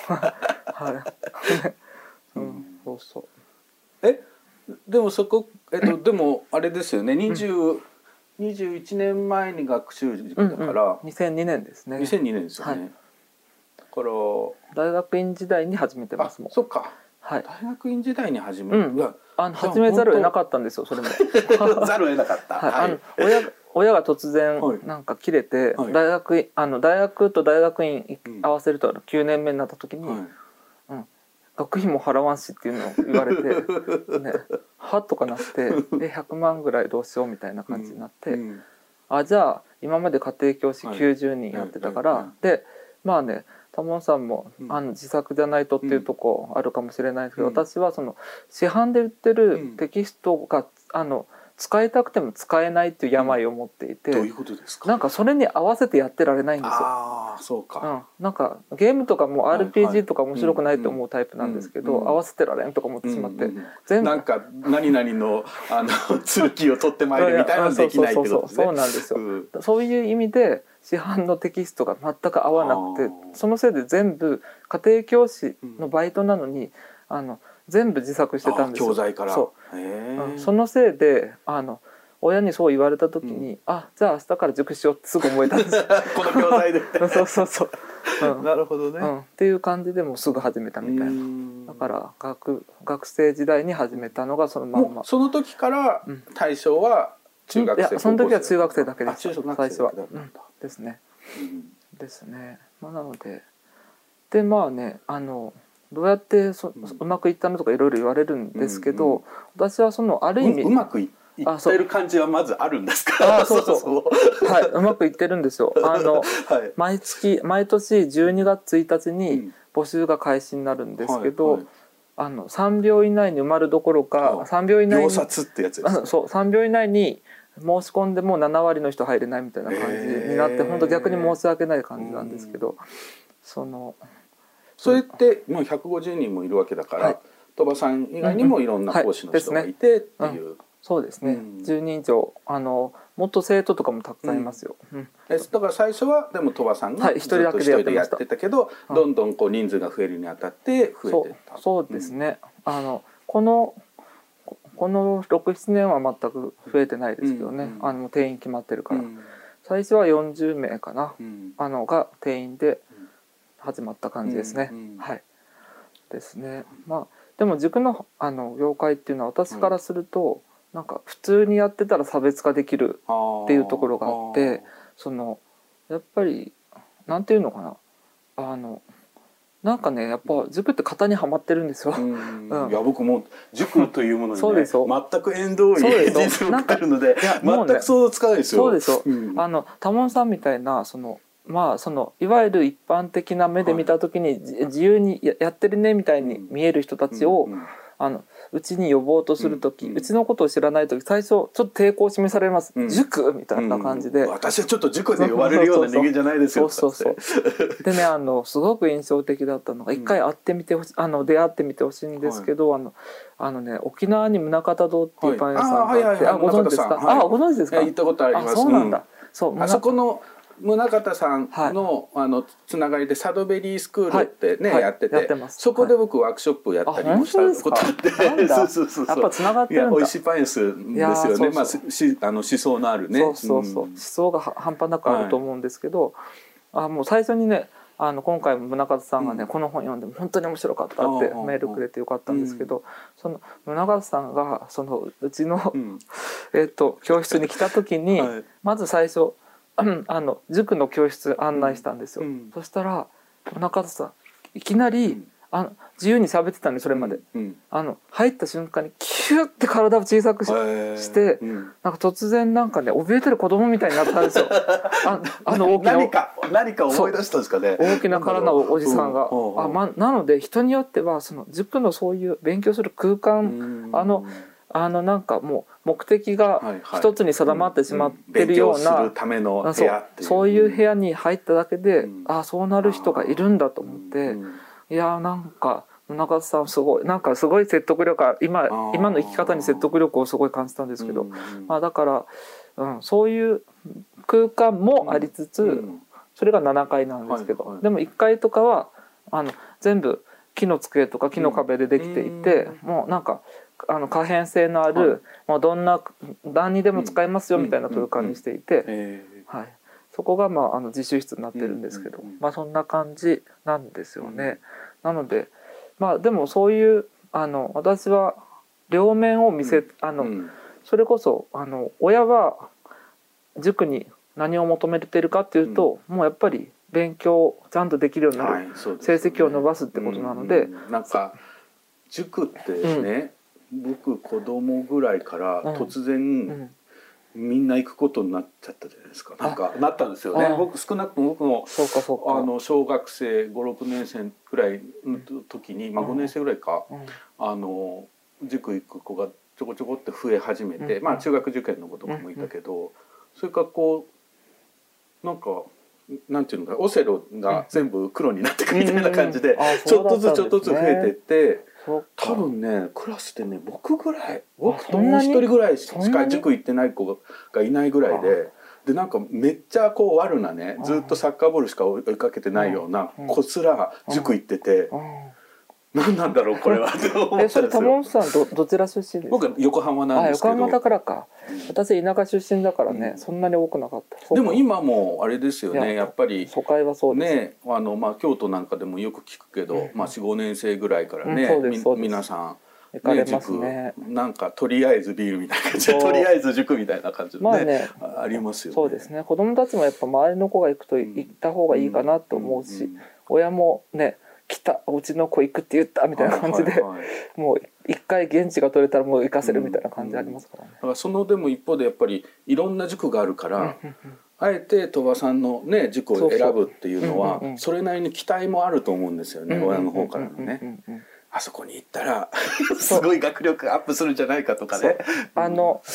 はいうん、そうそうえでもそこえっとでもあれですよねにじゅう、にじゅういちねんまえに学習塾だから、うんうん、 にせんにねんですねにせんにねんですよね、はい、だから大学院時代に始めてますもん。 そっか、 はい、 大学院時代に始める、 うん、あの始めざるを得なかったんですよそれもざるを得なかった、 はいはい、あの親が親が突然なんか切れて、はい、大学あの大学と大学院合わせるときゅうねんめになった時に、はいうん、学費も払わんしっていうのを言われて、ね、はとかなってえひゃくまんぐらいどうしようみたいな感じになって、うんうん、あじゃあ今まで家庭教師きゅうじゅうにんやってたから、はいはいはい、でまあねタモンさんも、うん、あの自作じゃないとっていうとこあるかもしれないですけど、うん、私はその市販で売ってるテキストがあの使いたくても使えないっていう病を持っていて、 うん、どういうことですか？ なんかそれに合わせてやってられないんですよ。 ああそうか、 うん、なんかゲームとかも アールピージー とか面白くないと思うタイプなんですけど、はいはい、合わせてられんとか思ってしまって、うんうん、 全部なんか何々のあの剣を取ってまいるみたいなのできないってことですね。 そうなんですよ、うん、そういう意味で市販のテキストが全く合わなくてそのせいで全部家庭教師のバイトなのに、うん、あの全部自作してたんですよ。 教材からそう、へー、うん、そのせいであの親にそう言われた時に、うん、あじゃあ明日から塾しようってすぐ思えたんですこの教材でそうそうそう、 うん、なるほどね、 うん、っていう感じでもうすぐ始めたみたいな。だから学学生時代に始めたのがそのまんま。 その時から対象は中学生、 うん、いやその時は中学生だけでした最初は、うん、ですね、うん、ですね、まあ、なのででまあねあのどうやってそ、うん、うまくいったのとかいろいろ言われるんですけど、うんうん、私はそのある意味う, うまくいってる感じはまずあるんですか？ あそうそうそうはい、うまくいってるんですよ。あの、はい、毎月毎年じゅうにがつついたちに募集が開始になるんですけど、うんはいはい、あのさんびょう以内に埋まるどころか、 さんびょう以内に秒殺ってやつです、ね、 そうさんびょう以内に申し込んでもなな割の人入れないみたいな感じになって、本当逆に申し訳ない感じなんですけど、そのそれってもうひゃくごじゅうにんもいるわけだから、はい、鳥羽さん以外にもいろんな講師の人がいてっていう、うんうん、 そうですね、うん、じゅうにん以上、あのもっと生徒とかもたくさんいますよ、うんうん、 えだから最初はでも鳥羽さんがずっと一人でやってたけど、はい、どんどんこう人数が増えるにあたって増えてった。 そう、そうですね、うん、あのこのこのろく、ななねんは全く増えてないですけどね、うんうん、あの定員決まってるから、うん、最初はよんじゅうめいかな、うん、あのが定員で始まった感じですね、うんうん、はいですね。まあでも塾のあの業界っていうのは私からすると、うん、なんか普通にやってたら差別化できるっていうところがあって、そのやっぱりなんていうのかな、あのなんかねやっぱ塾って型にはまってるんですよ。うんうん、いや僕も塾というものに、ね、全く縁遠い人生を送ってるので、全く想像つかないですよ。 そうですよ。うん、あの多聞さんみたいなそのまあそのいわゆる一般的な目で見た時に、はい、自由に や, やってるねみたいに見える人たちを、うんうんうん、あのうちに呼ぼうとする時、うんうん、うちのことを知らない時最初ちょっと抵抗を示されます、うん、塾みたいな感じで、 うん、私はちょっと塾で呼ばれるような人間じゃないですよ。 そうそうそうでね、あのすごく印象的だったのが一回会ってみてほしあの出会ってみてほしいんですけど、はい、あのあのね沖縄に宗像堂っていうパン屋さんがあって、はい、あ、ご存知ですか、はい、あご存知ですか。 行ったことあります。 あそうなんだ、うん、そうあそこの宗像さんの、はい、あのつながりでサドベリースクールってね、はい、やってて、やってそこで僕ワークショップやったりもしたことあって、 そうそうそうそう、やっぱつながってるんだ。 美味しいパン屋ですよね。そうそう、まあしあの思想のあるね。 そうそうそう、うん、思想が半端なくあると思うんですけど、はい、あもう最初にねあの今回も宗像さんがね、うん、この本読んで本当に面白かったってメールくれてよかったんですけど、うん、その宗像さんがそのうちの、うん、えっと教室に来た時に、はい、まず最初あの塾の教室案内したんですよ、うん、そしたら宗像さんいきなり、うん、あの自由に喋ってたんでそれまで、うん、あの入った瞬間にキュッて体を小さく し, して、うん、なんか突然なんかね怯えてる子供みたいになったんですよ。あ, あの大きな何か何か思い出したんですかね。 大きな体のおじさんが、うん、あ、ま、なので人によってはその塾のそういう勉強する空間、あのあのなんかもう目的が一つに定まってしまってるようなそういう部屋に入っただけで、うん、あそうなる人がいるんだと思って、うん、いやなんか宗像さんすごいなんかすごい説得力今今の生き方に説得力をすごい感じたんですけど、うんまあ、だから、うん、そういう空間もありつつ、うん、それがななかいなんですけど、はいはい、でもいっかいとかはあの全部木の机とか木の壁でできていて、うん、もうなんかあの可変性のある、はい、もうどんな何にでも使えますよみたいな空間にしていて、はい、そこが、まあ、あの自習室になってるんですけど、うんうん、まあ、そんな感じなんですよね。うん、なので、まあ、でもそういうあの私は両面を見せ、うん、あのうん、それこそあの親は塾に何を求めてるかっていうと、うん、もうやっぱり勉強をちゃんとできるようになる、はい、成績を伸ばすってことなので、 うんうん、なんか塾ってね、うん、僕子供ぐらいから突然、うんうんみんな行くことになっちゃったじゃないですか。なんかなったんですよね。僕少なくとも僕もそうかそうかあの小学生ご、ろくねん生くらいの時に、うん、まあごねん生ぐらいか、うん、あの塾行く子がちょこちょこって増え始めて、うん、まあ中学受験の子とかもいたけど、うん、それからこうなんかなんていうのかオセロが全部黒になっていくみたいな感じで、うんうん、ちょっとずつちょっとずつ増えていって。多分ねクラスでね僕ぐらい僕ともう一人ぐらいしか塾行ってない子がいないぐらいででなんかめっちゃこう悪なねずっとサッカーボールしか追いかけてないような子すら塾行ってて何なんだろうこれはって思ったんですよ。 えそれ玉本さん ど, どちら出身ですか。 僕は横浜なんですけど。 あ横浜だからか、うん、私田舎出身だからね、うん、そんなに多くなかった。 でも今もあれですよねやっぱり都会はそうですねあの、まあ、京都なんかでもよく聞くけど、うんまあ、よん、ごねん生ぐらいからね、うん、皆さん行かれますね。 塾なんかとりあえずビールみたいな感じでとりあえず塾みたいな感じで、ねまあね、ありますよね。 そうですね子供たちもやっぱ周りの子が行くと行った方がいいかなと思うし、うんうんうん、親もね来たうちの子行くって言ったみたいな感じで、はいはいはい、もう一回現地が取れたらもう行かせるみたいな感じありますからね、うんうん、だからそのでも一方でやっぱりいろんな塾があるからあえて鳥羽さんのね塾を選ぶっていうのはそれなりに期待もあると思うんですよね、うんうん、親の方からのね、うんうん、あそこに行ったらすごい学力アップするんじゃないかとかね。 あの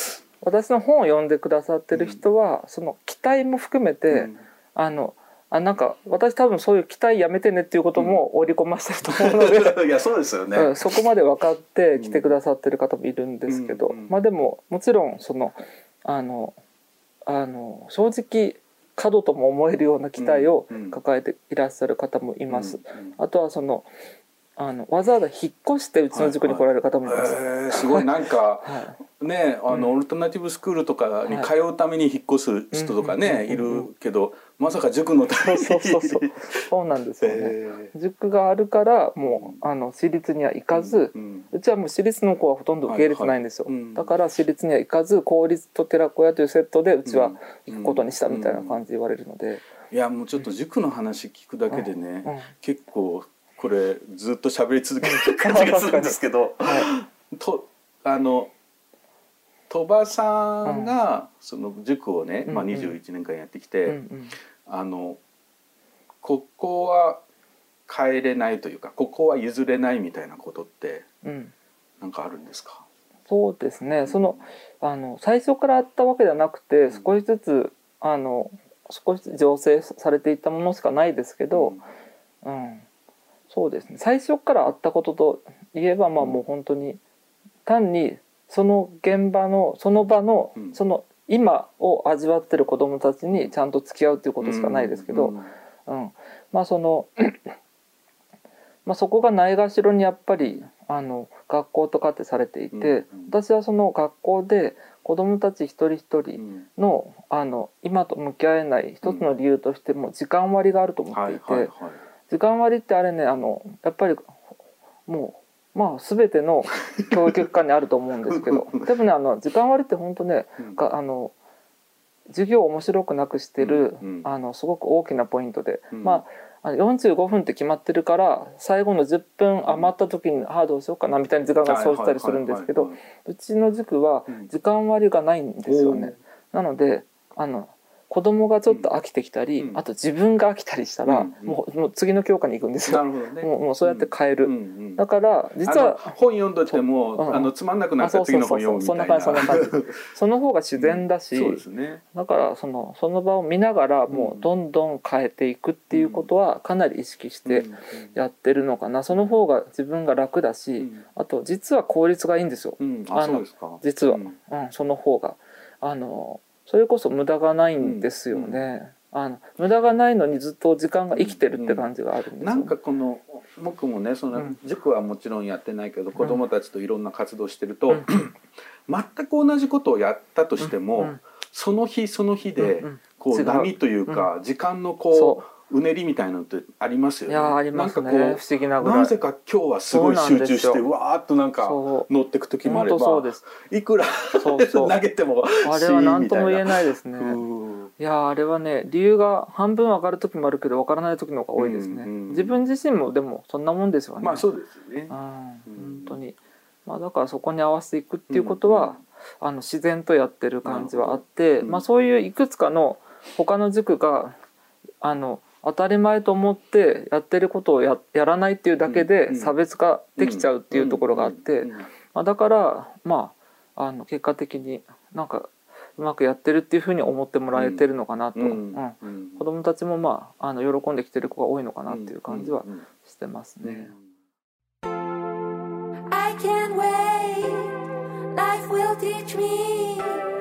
私の本を読んでくださってる人は、うん、その期待も含めて、うん、あのあなんか私多分そういう期待やめてねっていうことも織り込ませてると思うので、 うん、いやそうですよね、 うん、そこまで分かって来てくださってる方もいるんですけど、うん、まあでももちろんそのあのあの正直過度とも思えるような期待を抱えていらっしゃる方もいます。あとはそのあのわざわざ引っ越してうちの塾に来られる方もいます。 はいはい、えー、すごいなんか、はい、ねあの、うん、オルタナティブスクールとかに通うために引っ越す人とかね、はい、いるけど、まさか塾のためにそうそうそうそうそうなんですよね、えー、塾があるからもうあの私立には行かず、うんうん、うちはもう私立の子はほとんど受け入れてないんですよ、はいはい、だから私立には行かず公立と寺子屋というセットでうちは行くことにしたみたいな感じで言われるので、うんうん、 いやもうちょっと塾の話聞くだけでね、うんうん、結構これずっと喋り続ける感じがするんですけど、はい、とあの鳥羽さんがその塾をね、うんまあ、にじゅういちねんかんやってきて、うんうん、あのここは変えれないというかここは譲れないみたいなことって何かあるんですか？ そうですね、そのあの最初からあったわけではなくて少しずつあの少しずつ醸成されていったものしかないですけど、うんうんそうですね、最初からあったことといえば、まあ、もう本当に単にその現場のその場のその今を味わってる子どもたちにちゃんと付き合うっていうことしかないですけど、うんまあそのまあそこがないがしろにやっぱりあの学校とかってされていて、私はその学校で子どもたち一人一人の、あの今と向き合えない一つの理由としても時間割があると思っていて。時間割ってあれねあのやっぱりもうまあ全ての教育機関にあると思うんですけどでもねあの時間割って本当ね、うん、があの授業を面白くなくしてる、うん、あのすごく大きなポイントで、うん、まあよんじゅうごふんって決まってるから最後のじゅっぷん余った時に、うん、ああどうしようかなみたいな時間がそうしたりするんですけどうちの塾は時間割がないんですよね。なのであの子供がちょっと飽きてきたり、うん、あと自分が飽きたりしたら、うん、もう、もう次の教科に行くんですよ。なるほどね、もう、もうそうやって変える、うんうん、だから実は本読んどいても、うん、あのつまんなくなった次の本読むみたいな、 そんな感じそんな感じその方が自然だし、うんそうですね、だからその、その場を見ながらもうどんどん変えていくっていうことはかなり意識してやってるのかな。その方が自分が楽だし、うん、あと実は効率がいいんですよ、うん、あの実は、うんうん、その方があのそれこそ無駄がないんですよね、うん、あの無駄がないのにずっと時間が生きてるって感じがあるんですよ、ね、 なんかこの僕もねその塾はもちろんやってないけど、うん、子どもたちといろんな活動してると、うん、全く同じことをやったとしても、うん、その日その日でこう波というか、うん、時間のこううねりみたいなのってありますよね。 いやありますね。なんかこう不思議なぐらい。 なぜか今日はすごい集中してわーっとなんか乗ってく時もあれば、そうですいくらそうそう投げてもあれは何とも言えないですね。いやあれはね理由が半分分かる時もあるけど分からない時の方が多いですね。うんうん、自分自身もでもそんなもんですよね。 まあそうですよね。 うん、本当に。まあだからそこに合わせていくっていうことは、うん、あの自然とやってる感じはあって、うん、まあそういういくつかの他の塾があの当たり前と思ってやってることを や, やらないっていうだけで差別化できちゃうっていうところがあって、まあ、だからまああの結果的になんかうまくやってるっていうふうに思ってもらえてるのかなと、うんうんうん、子どもたちもまああの喜んできてる子が多いのかなっていう感じはしてますね。I can't wait, life will teach me,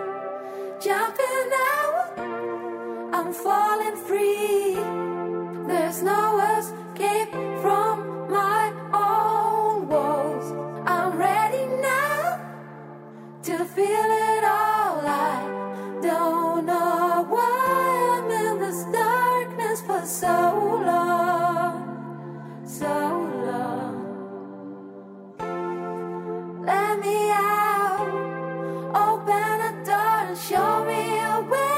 jumping out, I'm falling free.There's no escape from my own walls. I'm ready now to feel it all. I don't know why I'm in this darkness for so long, so long. Let me out, open a door and show me a way.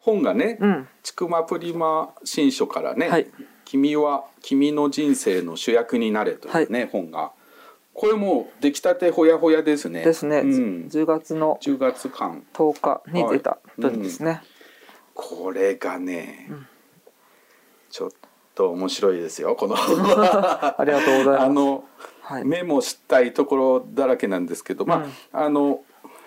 本がね、ちくまプリマ新書からね、はい、君は君の人生の主役になれというね、はい、本がこれもう出来たてほやほやですね。 ですね、うん、じゅうがつのじゅうがつかんとおかに出た分ですね、はい、うん、 これがね、うん、ちょっと面白いですよこのありがとうございます。 あの、はい、メモしたいところだらけなんですけど、まあ、うん、あの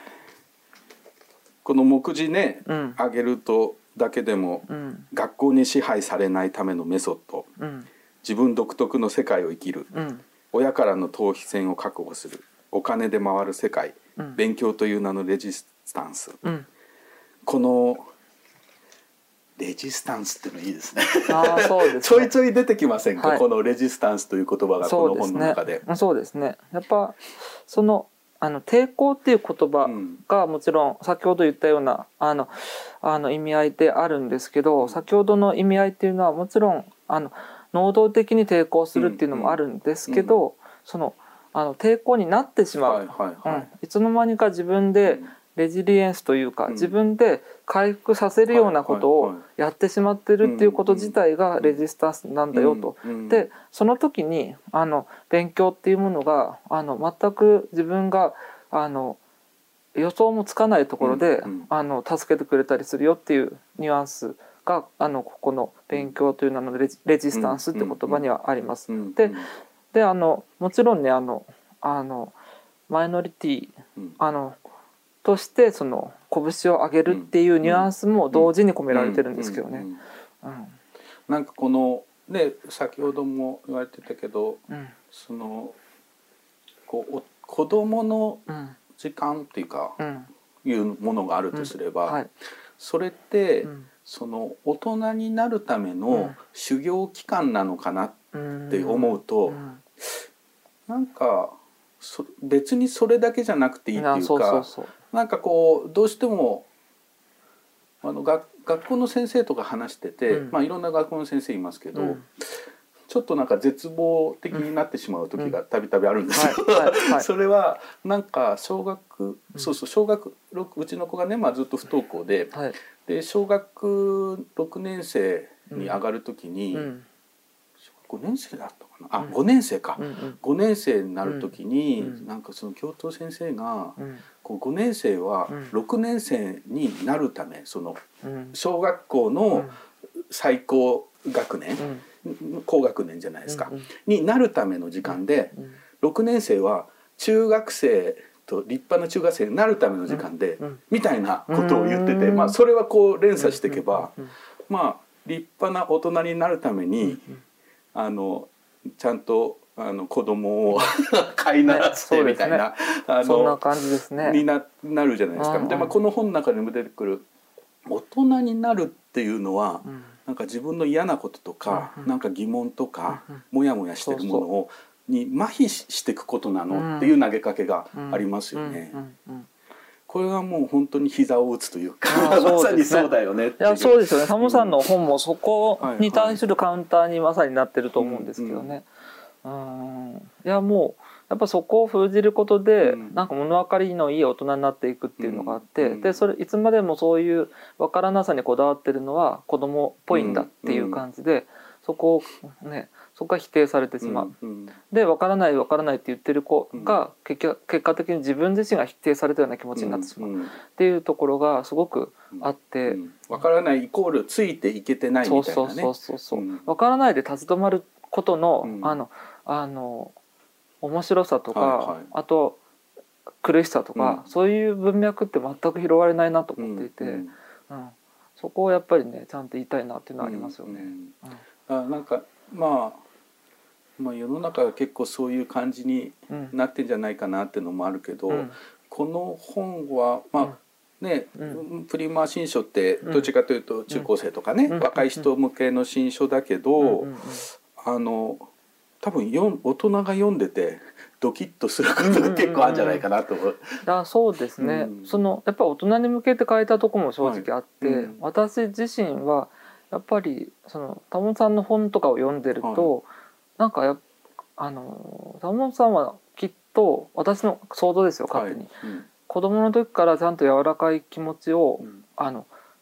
この目次ね、うん、上げるとだけでも、うん、学校に支配されないためのメソッド、うん、自分独特の世界を生きる、うん、親からの逃避線を確保する、お金で回る世界、うん、勉強という名のレジスタンス、うん、このレジスタンスっていうのいいですね。あ、そうですねちょいちょい出てきませんか、はい、このレジスタンスという言葉がこの本の中で。 そうですね、やっぱそのあの抵抗っていう言葉がもちろん先ほど言ったようなあのあの意味合いであるんですけど、先ほどの意味合いっていうのはもちろんあの能動的に抵抗するっていうのもあるんですけど、うんうん、そのあの抵抗になってしまう、はいはいはい、うん、いつの間にか自分でレジリエンスというか、うん、自分で回復させるようなことをやってしまってるっていうこと自体がレジスタンスなんだよと。でその時にあの勉強っていうものがあの全く自分があの予想もつかないところで、うんうん、あの助けてくれたりするよっていうニュアンスがあのここの勉強という名のレジ、レジスタンスって言葉にはあります。でであのもちろんねあのあのマイノリティあのとしてその拳を上げるっていうニュアンスも同時に込められてるんですけどね。 なんかこのね先ほども言われてたけど、うん、そのこう子供の時間っていうか、うん、いうものがあるとすれば、うんはい、それって、うん、その大人になるための修行期間なのかなって思うと、うんうん、なんかそ別にそれだけじゃなくていいっていうか、そうそうそうなんかこうどうしてもあの学学校の先生とか話してて、うんまあ、いろんな学校の先生いますけど、うん、ちょっとなんか絶望的になってしまう時がたびたびあるんですよ。それはなんか小学、うん、そうそう小学うちの子がね、まあ、ずっと不登校で、はい、で小学ろくねん生に上がる時に、うん、ごねん生だったかなあ、うん、ごねん生か、うんうん、ごねん生になる時に、うん、なんかその教頭先生が、うんこうごねん生はろくねん生になるためその小学校の最高学年、うん、高学年じゃないですか、うん、になるための時間で、うん、ろくねん生は中学生と立派な中学生になるための時間で、うん、みたいなことを言ってて、まあ、それはこう連鎖していけば、まあ、立派な大人になるためにあのちゃんとあの子供を飼いならせてみたいな、ねあのそんな感じですねに な, なるじゃないですか。うんうんでまあ、この本の中にも出てくる大人になるっていうのは、うん、なんか自分の嫌なこととか、うんうん、なんか疑問とか、うんうん、モヤモヤしてるものをに麻痺していくことなの、うん、っていう投げかけがありますよね。これはもう本当に膝を打つというかまさにそうだよねっていう。 いやそうですよね。タモさんの本もそこに対するカウンターにまさになってると思うんですけどね。うんうんうんいやもうやっぱそこを封じることで、うん、なんか物分かりのいい大人になっていくっていうのがあって、うん、でそれいつまでもそういう分からなさにこだわってるのは子供っぽいんだっていう感じで、うん、そこをねそこが否定されてしまう、うん、で分からない分からないって言ってる子が結局結果的に自分自身が否定されたような気持ちになってしまうっていうところがすごくあって、うんうん、 分からないイコールついていけてないみたいなね。そうそうそうそう、うん、 分からないで立ち止まることの、うん、あのあの面白さとか、はいはい、あと苦しさとか、うん、そういう文脈って全く拾われないなと思っていて、うんうん、そこをやっぱりねちゃんと言いたいなっていうのはありますよね。うんうん、あなんか、まあ、まあ世の中が結構そういう感じになってんじゃないかなっていうのもあるけど、うん、この本はまあ、うんねうん、プリマ新書ってどっちかというと中高生とかね、うん、若い人向けの新書だけど、うんうんうん、あの多分よ大人が読んでてドキッとすることが結構あるんじゃないかなと思う。 だそうですね、うん、そのやっぱ大人に向けて書いたところも正直あって、はいうん、私自身はやっぱりそのタモさんの本とかを読んでると、はい、なんかやあのタモさんはきっと私の想像ですよ勝手に、はいうん、子供の時からちゃんと柔らかい気持ちを、うん、あの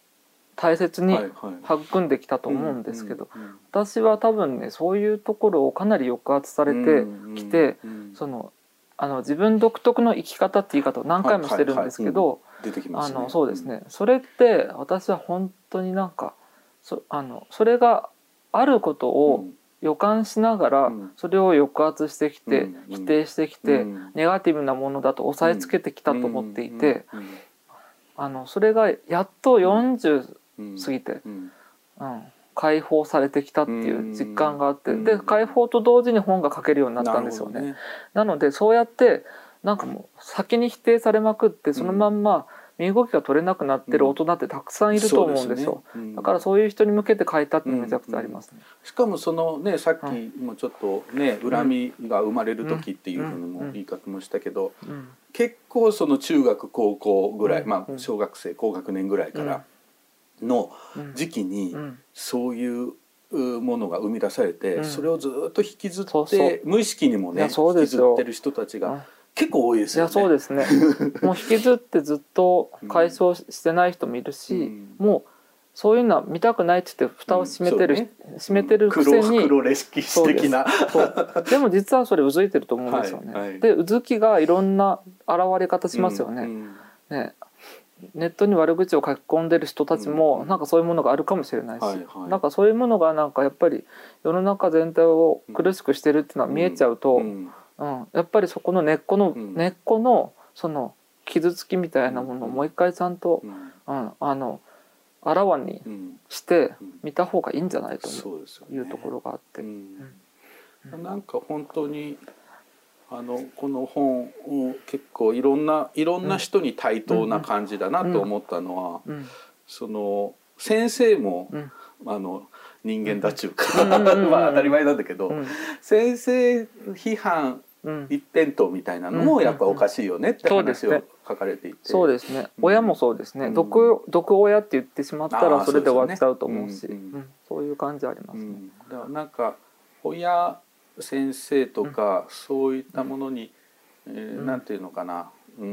大切に育んできたと思うんですけど、私は多分ねそういうところをかなり抑圧されてきて、そのあの自分独特の生き方って言い方を何回もしてるんですけど、あのそうですね、それって私は本当になんか そ, あのそれがあることを予感しながらそれを抑圧してきて、否定してきて、ネガティブなものだと押さえつけてきたと思っていて、あのそれがやっとよんじゅう過ぎて、うんうん、解放されてきたっていう実感があって、で解放と同時に本が書けるようになったんですよね。 な, ねなのでそうやってなんかもう先に否定されまくってそのまんま身動きが取れなくなってる大人ってたくさんいると思うんですよ、うんですねうん、だからそういう人に向けて書いたってめちゃくちゃありますね、うんうん、 しかもそのねさっきもちょっとね、うん、恨みが生まれる時っていうふうにも言い方もしたけど、うんうん、結構その中学高校ぐらい、うん、まあ小学生高学年ぐらいからの時期にそういうものが生み出されて、うん、それをずっと引きずってそうそう無意識にもね引きずってる人たちが結構多いですよね。 いやそうですねもう引きずってずっと解消してない人もいるし、うん、もうそういうのは見たくないって言って蓋を閉めてる、うんね、閉めてるくせに、 うん、黒, 黒歴史的なそうでも実はそれうずいてると思うんですよね、はいはい、でうずきがいろんな現れ方しますよね、うんうん、ねネットに悪口を書き込んでる人たちもなんかそういうものがあるかもしれないし、はいはい、なんかそういうものがなんかやっぱり世の中全体を苦しくしてるっていうのは見えちゃうと、うんうん、やっぱりそこの根っこの、うん、根っこのその傷つきみたいなものをもう一回ちゃんと、うんうん、あのあらわにして見た方がいいんじゃないというところがあって、うんうん、なんか本当にあのこの本を結構いろんないろんな人に対等な感じだなと思ったのは、うんうん、その先生も、うん、あの人間だっちゅうか、まあ当たり前なんだけど、うん、先生批判一辺倒みたいなのもやっぱおかしいよねって話を書かれていて、 そうですね、親もそうですね、うん、毒, 毒親って言ってしまったらそれで終わっちゃうと思うし、そう、ねうんうん、そういう感じありますね、うん、 だからなんか親先生とか、うん、そういったものに、えーうん、なんていうのかな、うん、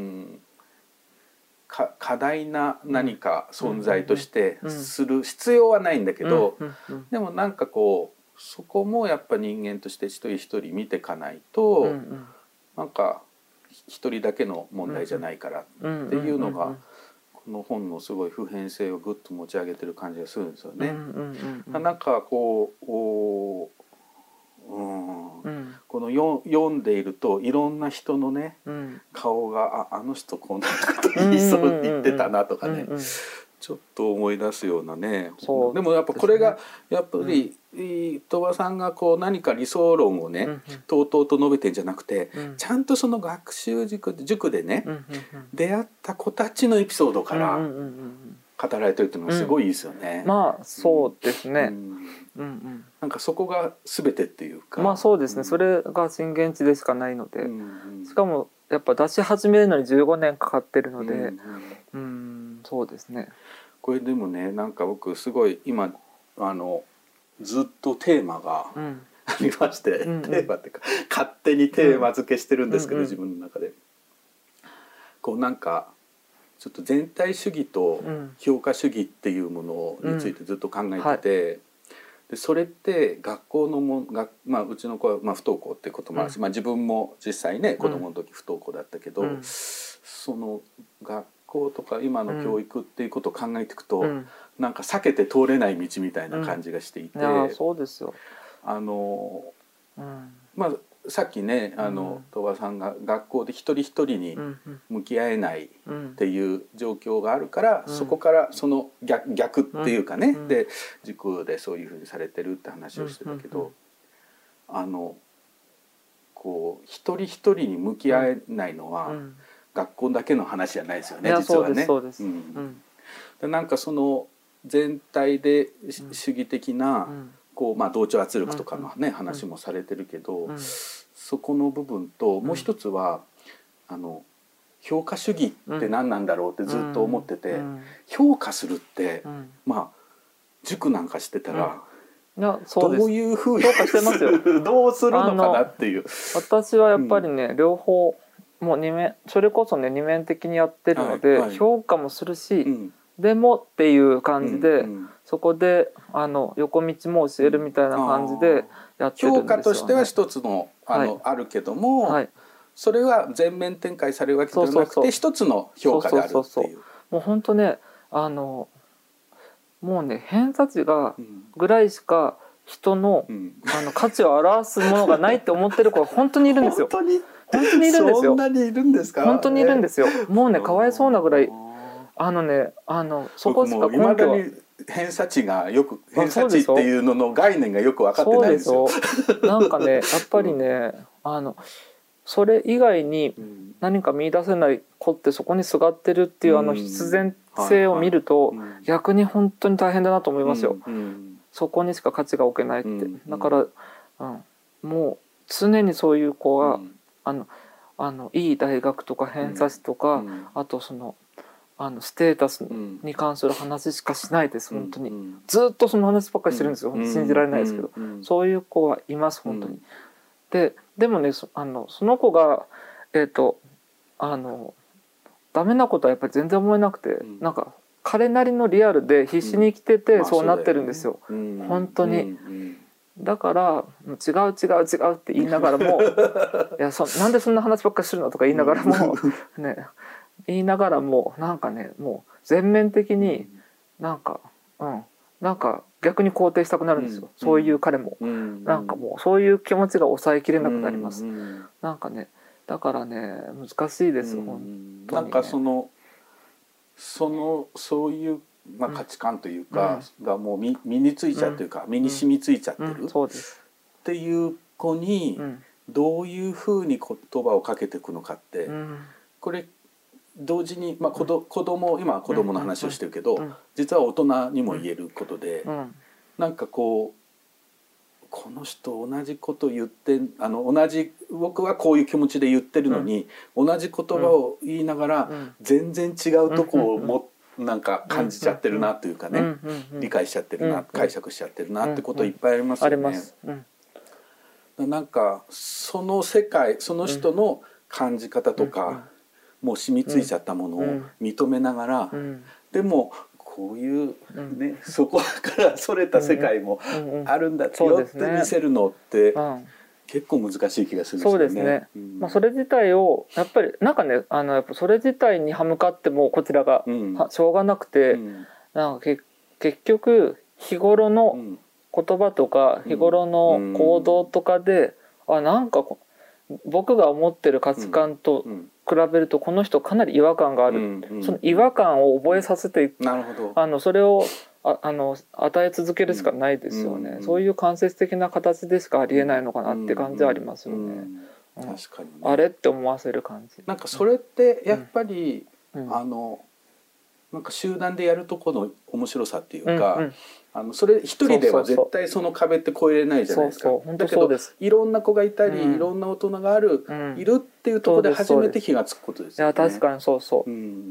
か過大な何か存在としてする必要はないんだけど、うんうんうん、でもなんかこうそこもやっぱ人間として一人一人見ていかないと、うんうん、なんか一人だけの問題じゃないからっていうのがこの本のすごい普遍性をぐっと持ち上げてる感じがするんですよね。うんうんうん、なんかこううんうん、このよ読んでいるといろんな人のね、うん、顔が あ, あの人こんなこと言いそうに言ってたなとかね、うんうんうん、ちょっと思い出すようなね。そうでもやっぱこれがやっぱり、うん、鳥羽さんがこう何か理想論をね、うんうん、とうとうと述べてんじゃなくて、うん、ちゃんとその学習塾、塾でね、うんうんうん、出会った子たちのエピソードから語られてるっていうのがすごいいいですよね、 うん、まあそうですね、うんうんうん、なんかそこが全てっていうか、 まあそうですね、うん、それが震源地でしかないので、うんうん、しかもやっぱ出し始めるのにじゅうごねんかかってるので、うんうんうん、そうですね。 これでもねなんか僕すごい今あのずっとテーマがありまして、うん、テーマっていうか勝手にテーマ付けしてるんですけど、うん、自分の中でこうなんかちょっと全体主義と評価主義っていうものについてずっと考えてて、うんはい、でそれって学校のもが、まあ、うちの子はまあ不登校っていうこともあるし、うんまあ、自分も実際ね子供の時不登校だったけど、うん、その学校とか今の教育っていうことを考えていくと、うん、なんか避けて通れない道みたいな感じがしていて、 うん、いやそうですよ。 あの、うん、まあさっきねあの鳥羽さんが学校で一人一人に向き合えないっていう状況があるから、うん、そこからその 逆, 逆っていうかね、うん、で塾でそういうふうにされてるって話をしてたけど、うん、あのこう一人一人に向き合えないのは、うん、学校だけの話じゃないですよね実はね。 そうです、そうです、うん、 でなんかその全体で主義的な、うんこうまあ、同調圧力とかの、ねうん、話もされてるけど、うん、そこの部分ともう一つは、うん、あの評価主義って何なんだろうってずっと思ってて、うん、評価するって、うん、まあ塾なんかしてたら、うん、いやそうですどういうふうに評価してますよどうするのかなっていう。 私はやっぱりね、うん、両方もう二面それこそね二面的にやってるので、はいはい、評価もするし、うんでもっていう感じで、うんうん、そこであの横道も教えるみたいな感じでやってるんですよね。 評価としては一つの、あの、はい、あるけども、はい、それは全面展開されるわけではなくて一つの評価であるっていう。そうそうそうそう、 もう本当ね、あのもうね偏差値がぐらいしか人の、うん、あの価値を表すものがないって思ってる子が本当にいるんですよ。 本当に本当にいるんですよ。 そんなにいるんですか。 本当にいるんですよ。もうねかわいそうなぐらい。あのね、あのそこしか今度は偏差値がよく偏差値っていうのの概念がよく分かってないんですよ。 そうでしょ。なんかねやっぱりね、あのそれ以外に何か見出せない子ってそこにすがってるっていう、うん、あの必然性を見ると、はいはい、逆に本当に大変だなと思いますよ。うんうん、そこにしか価値が置けないって、うん、だから、うん、もう常にそういう子は、うん、あのあのいい大学とか偏差値とか、うん、あとそのあのステータスに関する話しかしないです、うん、本当に、うん、ずっとその話ばっかりしてるんですよ、うん、信じられないですけど、うん、そういう子はいます本当に、うん、ででもね そ, あのその子がえっ、ー、とあのダメなことはやっぱり全然思えなくて、うん、なんか彼なりのリアルで必死に生きててそうなってるんですよ、うんまあ、本当に、うん、だから違う違う違うって言いながらもいやそなんでそんな話ばっかりするのとか言いながらもね言いながらもなんかねもう全面的になんかうんなんか逆に肯定したくなるんですよ、うん、そういう彼も、うん、なんかもうそういう気持ちが抑えきれなくなります、うん、なんかねだからね難しいです、うん、本当に、ね、 なんかそのそのそういう、まあ、価値観というか、うん、がもう 身, 身についちゃうというか、うん、身に染みついちゃってる、 うん、そうですっていう子にどういうふうに言葉をかけていくのかって、うん、これ同時に、まあ、子ど子供今は子供の話をしてるけど、うん、実は大人にも言えることで、うん、なんかこうこの人同じこと言ってあの同じ僕はこういう気持ちで言ってるのに、うん、同じ言葉を言いながら、うん、全然違うとこをも、うん、なんか感じちゃってるなというかね、うん、理解しちゃってるな、うん、解釈しちゃってるなってこといっぱいありますよね。 あります、 うん、なんかその世界その人の感じ方とか、うんもう染みついちゃったものを認めながら、うん、でもこういうね、うん、そこからそれた世界もあるんだってよって見せるのって結構難しい気がするんですよね。 そうですね、うんまあ、それ自体をやっぱりなんかねあのやっぱそれ自体に歯向かってもこちらが、うん、しょうがなくて、うん、なんかけ結局日頃の言葉とか日頃の行動とかで、うん、あなんか僕が思ってる価値観と、うん比べるとこの人かなり違和感がある、うんうん、その違和感を覚えさせていく、 なるほど、 あのそれをああの与え続けるしかないですよね、うんうん、そういう間接的な形でしかありえないのかなって感じはありますよね、うんうん、確かにね、 あれって思わせる感じ。 なんかそれってやっぱり、うん、あのなんか集団でやるとこの面白さっていうか、うんうん、あのそれ一人では絶対その壁って越えれないじゃないですか。 そうそうそうだけどいろんな子がいたり、うん、いろんな大人がある、うん、いるっていうところで初めて気がつくことですよね。 いや確かにそうそう、うん、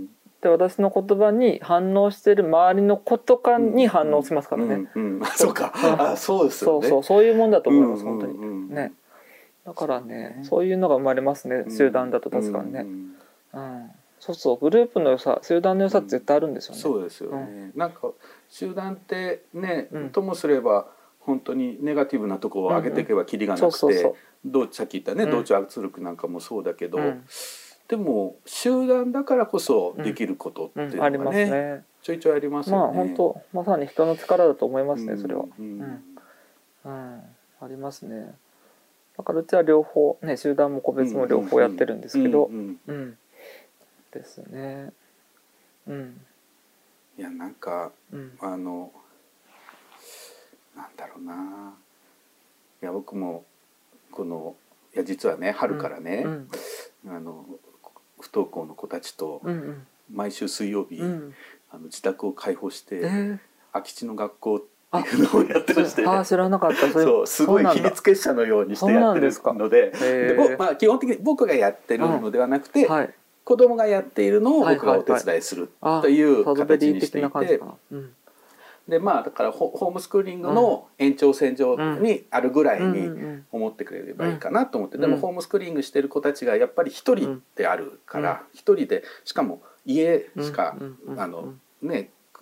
で私の言葉に反応してる周りの子とかに反応しますからね、うんうんうん、そうか、あそうですよね。 そうそうそういうもんだと思います、うんうんうん、本当にね。だからねそういうのが生まれますね、集団だと確かにね、うんうんうん、そうそうグループの良さ集団の良さって絶対あるんですよね、 うん、そうですよね、うん、なんか集団ってね、うん、ともすれば本当にネガティブなところを上げていけばキリがなくて、さっき言ったね、うん、同調圧力なんかもそうだけど、うん、でも集団だからこそできることっていうのが ね,、うんうん、ありますね、ちょいちょいありますよね。 まあ本当まさに人の力だと思いますね、それは、うんうんうん、ありますね。だからうちは両方ね集団も個別も両方やってるんですけど、うんうんうんうん、ですね。うん。 いやなんか、うん、あのなんだろうな。いや僕もこのいや実はね春からね、うんうん、あの不登校の子たちと毎週水曜日、うん、あの自宅を開放して、えー、空き地の学校っていうのをやってまして、 ああ知らなかった。 そうすごい秘密結社のようにしてやってるので、ででまあ基本的に僕がやってるのではなくて、うんはい、子供がやっているのを僕がお手伝いするという形にしていて、でまあだからホームスクーリングの延長線上にあるぐらいに思ってくれればいいかなと思って、うん、でもホームスクーリングしてる子たちがやっぱり一人であるから一人でしかも家しかあのね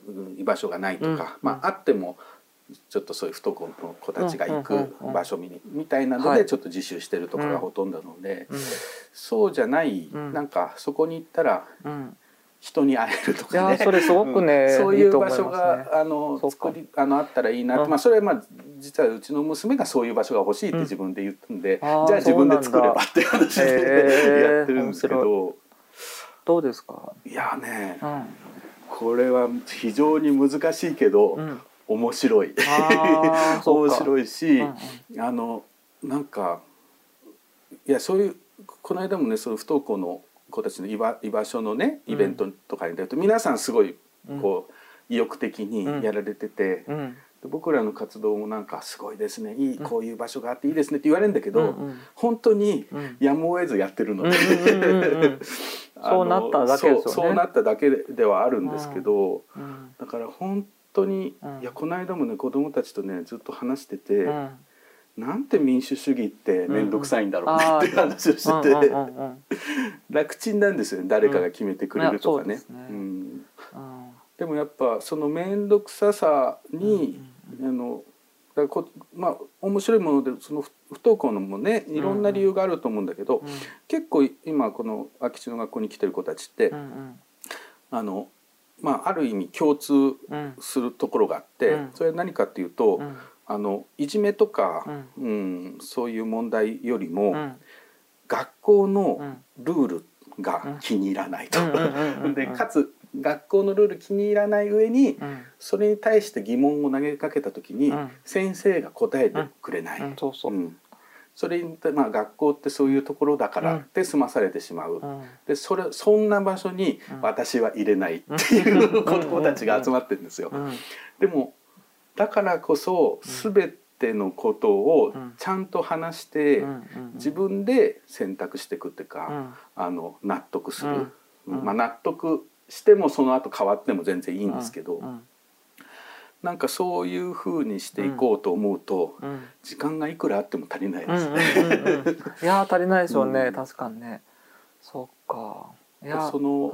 居場所がないとか、うん、まああってもちょっとそういう不登校の子たちが行く場所にみたいなのでちょっと自習してるとかがほとんどなので、うん、そうじゃない、うん、なんかそこに行ったら人に会えるとかね、 いやそれすごくね、 うん、そういう場所が、ね、あの作りあのあったらいいなって、まあ、それはまあ実はうちの娘がそういう場所が欲しいって自分で言ったんで、うん、じゃあ自分で作ればっていう話で、えー、やってるんですけど、 どうですか？ いやね、うん、これは非常に難しいけど、うん面白い面白いし、うんうん、あのなんかいやそういうこの間もねその不登校の子たちの居場、居場所のねイベントとかに出ると、うん、皆さんすごいこう、うん、意欲的にやられてて、うん、僕らの活動もなんかすごいですねいいこういう場所があっていいですねって言われるんだけど、うんうん、本当にやむを得ずやってるのでそうなっただけですよね。 そう、そうなっただけではあるんですけど、うん、だから本当本当に、うん、いやこの間もね子供たちとねずっと話してて、うん、なんて民主主義って面倒くさいんだろうね、うん、っていう話をしてて、うんうんうんうん、楽ちんなんですよね誰かが決めてくれるとかね、うんねうん、でもやっぱその面倒くささに、うんうん、あのだからこまあ面白いものでその不登校のもねいろんな理由があると思うんだけど、うんうん、結構今この空き地の学校に来てる子たちって、うんうん、あのまあ、ある意味共通するところがあって、うん、それは何かっていうと、うん、あのいじめとか、うんうん、そういう問題よりも、うん、学校のルールが気に入らないと。でかつ学校のルール気に入らない上に、うん、それに対して疑問を投げかけた時に、うん、先生が答えてくれない。それに、まあ、学校ってそういうところだからって済まされてしまう、うん、でそれそんな場所に私は入れないっていう子どもたちが集まってるんですよ、うん、でもだからこそ全てのことをちゃんと話して自分で選択していくっていうか、うん、あの納得する、うんまあ、納得してもその後変わっても全然いいんですけど、うんうんなんかそういう風にしていこうと思うと、うん、時間がいくらあっても足りないですね。うんうんうんうん、いや足りないでしょうね、うん、確かにね。そっか。 いやその、うんうん、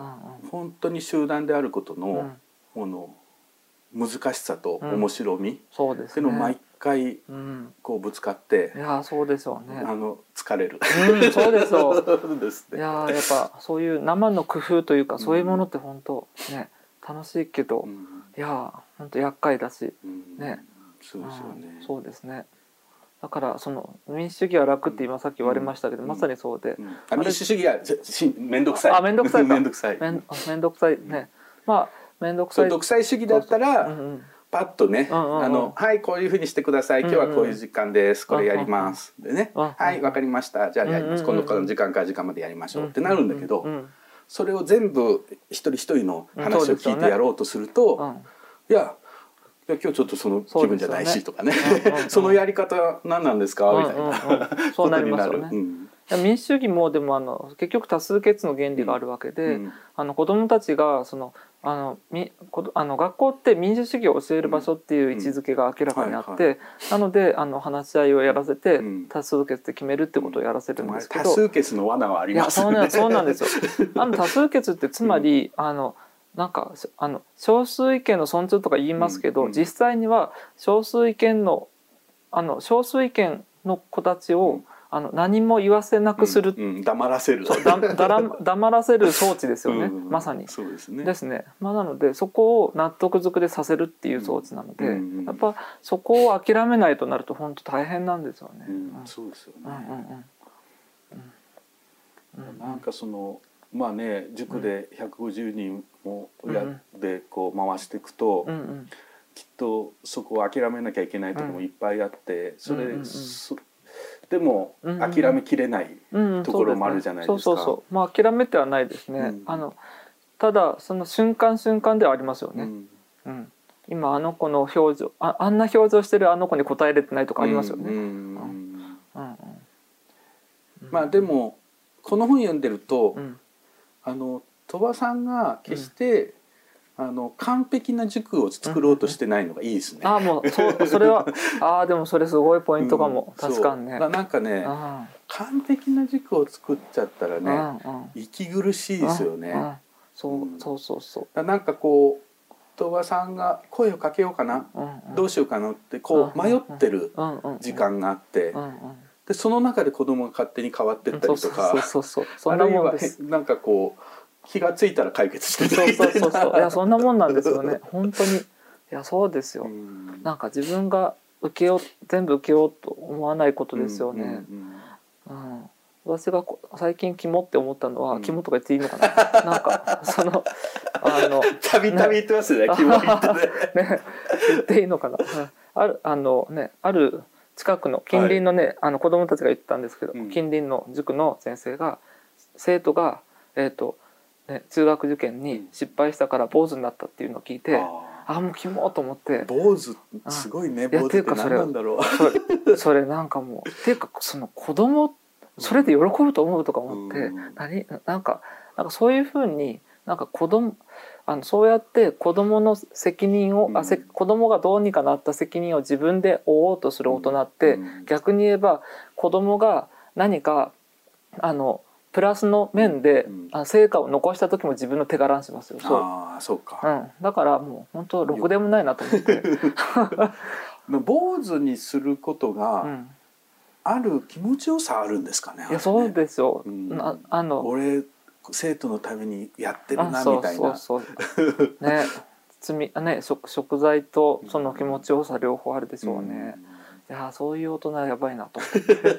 本当に集団であることの、うん、この難しさと面白み、うん、 そうですね。 っていうのを毎回こうぶつかって、 うん、いやそうですよね。 あの疲れる。 うん、そうですよ。ですね、いややっぱそういう生の工夫というか、そういうものって本当ね楽しいけど。うんいや本当厄介だし、うん、ね、 そうですよね、 うん、そうですね。だからその民主主義は楽って今さっき言われましたけど、うん、まさにそうで、 うんあ、民主主義は面倒くさい。 あ面倒くさいか。 面倒くさい。 面倒くさいね。まあ面倒くさい。 独裁主義だったらそうそう、うんうん、パッとね、うんうんうん、あのはいこういうふうにしてください。今日はこういう時間です。これやります。でね、うんうん、はいわかりました。じゃあやります。今度からの時間から時間までやりましょうってなるんだけど、うんうんうん、それを全部一人一人の話を聞いてやろうとすると、うんねうん、いや。いや今日ちょっとその気分じゃないしとかね、そのやり方何なんですかみたいなそうなりますよね。民主主義もでもあの結局多数決の原理があるわけで、うん、あの子どもたちがそのあのみあの学校って民主主義を教える場所っていう位置づけが明らかにあって、なのであの話し合いをやらせて、うん、多数決で決めるってことをやらせるんですけど、 多数決の罠はありますね。 いやそうなんですよ。あの多数決ってつまり、うん、あのなんかあの少数意見の尊重とか言いますけど、うんうん、実際には少数意見のあの少数意見の子たちを、うん、あの何も言わせなくする、 うんうん、黙らせるだだら黙らせる装置ですよね、うんうん、まさにそうですね。 ですね。まあ、なのでそこを納得づくでさせるっていう装置なので、うんうん、やっぱそこを諦めないとなると本当大変なんですよね。 うんうん、そうですよね。うんうんうんうん、 なんかそのまあね塾でひゃくごじゅうにんもやってこう回していくと、うんうん、きっとそこを諦めなきゃいけないところもいっぱいあって、それ、うんうんうん、でも諦めきれないところもあるじゃないですか。 そうそうそう。まあ諦めてはないですね。うん、あのただその瞬間瞬間ではありますよね。うんうん、今あの子の表情 あ, あんな表情してるあの子に答えれてないとかありますよね。 まあでもこの本読んでると、うんあの鳥羽さんが決して、うん、あの完璧な塾を作ろうとしてないのがいいですね。 あもう そ, それはあでもそれすごいポイントかも、うん、確かにね。 なんかね完璧な塾を作っちゃったらね息苦しいですよね。 そうそうそうそう。 なんかこう鳥羽さんが声をかけようかな、うんうん、どうしようかなってこう迷ってる時間があって、でその中で子供が勝手に変わってったりとか、あるいはなんかこう気がついたら解決してたみたいな。そうそうそうそう、 いやそんなもんなんですよね本当に。いやそうですよ、うん、なんか自分が受けよう全部受けようと思わないことですよね。うんうんうん、私が最近肝って思ったのは、うん、肝とか言っていいのかななんかそのあのたびたび言ってますよね肝言ってねね言っていいのかなあるあのねある近くの近隣のね、はい、あの子供たちが言ってたんですけど、うん、近隣の塾の先生が生徒がえっとね、中学受験に失敗したから坊主になったっていうのを聞いて、うん、ああもうキモと思って。 坊主すごいね。坊主って何なんだろう。 それ、それなんかもうっていうかその子供それで喜ぶと思うとか思って、うん、何なんかなんかそういうふうになんか子供あのそうやって子供の責任を、うん、あせ子供がどうにかなった責任を自分で負おうとする大人って、うん、逆に言えば子供が何かあのプラスの面で、うん、成果を残した時も自分の手柄にしますよ。そう。 ああ、そうか。 うん、だからもう本当ろくでもないなと思って。 坊主にすることが、うん、ある気持ちよさあるんですかね。 いやそうですよ。 うん、あ, あの俺生徒のためにやってるなみたいな。 そうそうそうね、つみね 食, 食材とその気持ちよさ両方あるでしょうね。うん、いやそういう大人やばいなと思って。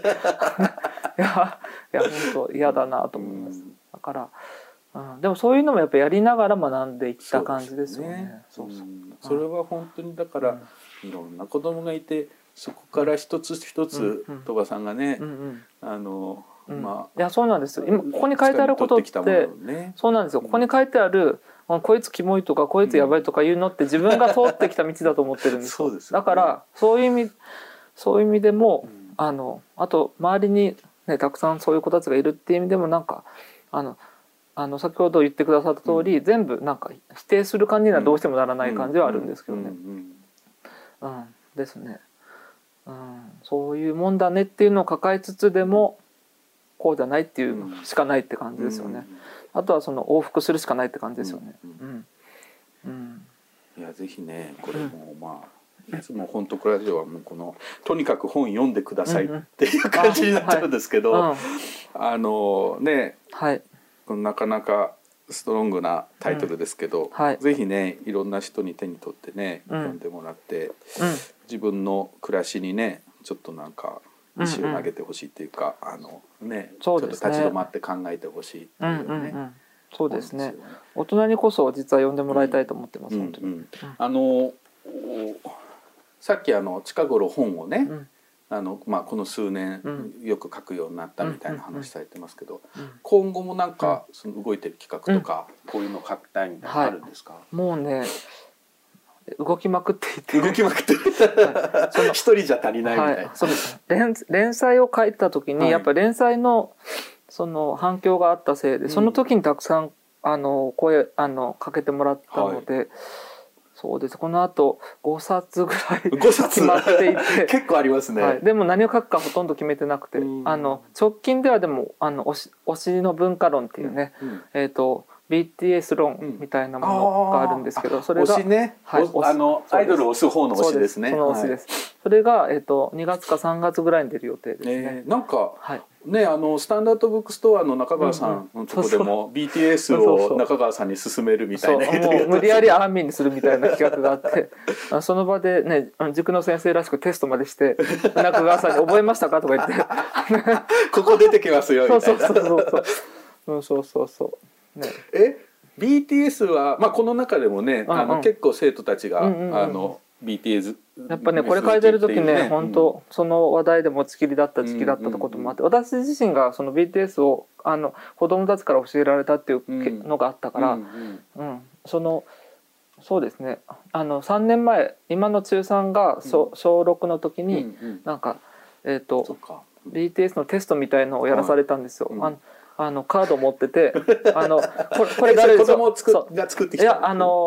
いやいや本当嫌だなと思います。だから、うん、でもそういうのもやっぱやりながら学んでいった感じですよね。 そうですね。そうそう。それは本当にだから、うん、いろんな子供がいてそこから一つ一つ鳥羽さんがね、うんうん、あの、うん、まあいやそうなんですよ。今ここに書いてあることって、ね、そうなんですよ。ここに書いてある、うん、こいつキモいとかこいつやばいとかいうのって自分が通ってきた道だと思ってるんですよ。そうですよね。だからそういう意味そういう意味でも、うん、あのあと周りにね、たくさんそういう子たちがいるっていう意味でもなんかあのあの先ほど言ってくださった通り、うん、全部なんか否定する感じにはどうしてもならない感じはあるんですけどね。うん、ですね、うん。そういうもんだねっていうのを抱えつつでもこうじゃないっていうしかないって感じですよね。うん、あとはその往復するしかないって感じですよね。うんうん、いやぜひねこれもまあ。いつも本当クラジオはもうこのとにかく本読んでくださいっていう感じになっちゃうんですけど、うんうん、あのね、はい、なかなかストロングなタイトルですけど、うんはい、ぜひねいろんな人に手に取ってね、うん、読んでもらって、うん、自分の暮らしにねちょっとなんか石を投げてほしいっていうか、うんうん、あのねちょっと立ち止まって考えてほしいっていうね。うんうんうん、 そうですね。大人にこそ実は読んでもらいたいと思ってます、うん、本当に。うんうん、 あのさっきあの近頃本をね、うん、あのまあ、この数年よく書くようになったみたいな話されてますけど、うんうんうん、今後もなんかその動いてる企画とか、うん、こういうの書きたいみたいなのあるんですか？はい、 もうね動きまくっていて動きまくってはい、その一人じゃ足りないみたいな、はい、 そうです 連, 連載を書いた時に、はい、やっぱり連載のその反響があったせいで、うん、その時にたくさんあの声あのかけてもらったので、はい、そうです。この後ごさつぐらい決まっていて結構ありますね、 はい、でも何を書くかほとんど決めてなくて、あの直近ではでもあの推し、推しの文化論っていうね、うんうん、えっ、ー、と ビーティーエス 論みたいなものがあるんですけど、うん、それが推しね、はい、あのアイドルを推す方の推しですね。 その推しです、はい、それが、えー、とにがつかさんがつぐらいに出る予定ですね。 えー、なんか、はいね、あのスタンダードブックストアの中川さんのとこでも ビーティーエス を中川さんに勧めるみたいな、 そうそうそう、もう無理やりアーミーにするみたいな企画があってその場でね塾の先生らしくテストまでして中川さんに覚えましたかとか言ってここ出てきますよみたいな。 そうそうそうそうそうそう、ね、 え ビーティーエス は、まあ、この中でもね、うんうん、あの結構生徒たちが、うんうんうん、あのビーティーエスやっぱねこれ書いてる時ね本当その話題で持ちきりだった時期だったこともあって、私自身がその ビーティーエス をあの子供たちから教えられたっていうのがあったから、うんうん、そのそうですねあのさんねんまえ今の中さんが小ろくの時に、うんうん、なんか、えーと、ビーティーエス のテストみたいのをやらされたんですよ。うん、ああのカード持っててあのこれこれ誰子供が作ってきた。 いやあの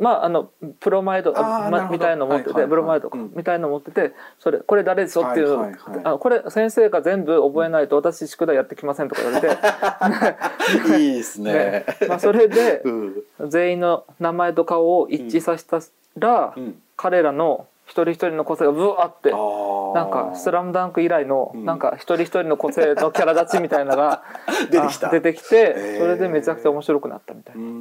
まああのプロマイドま、みたいの持ってて、はいはいはい、ブロマイドか、うん、みたいの持ってて、それこれ誰でしょっていう、はいはいはい、あこれ先生が全部覚えないと私宿題やってきませんとか言われていいですね。ね、 まあ、それで、うん、全員の名前と顔を一致させたら、うん、彼らの一人一人の個性がブワーってなんかスラムダンク以来のなんか一人一人の個性のキャラ立ちみたいなのが出てきた出てきて、それでめちゃくちゃ面白くなったみたいな、うん、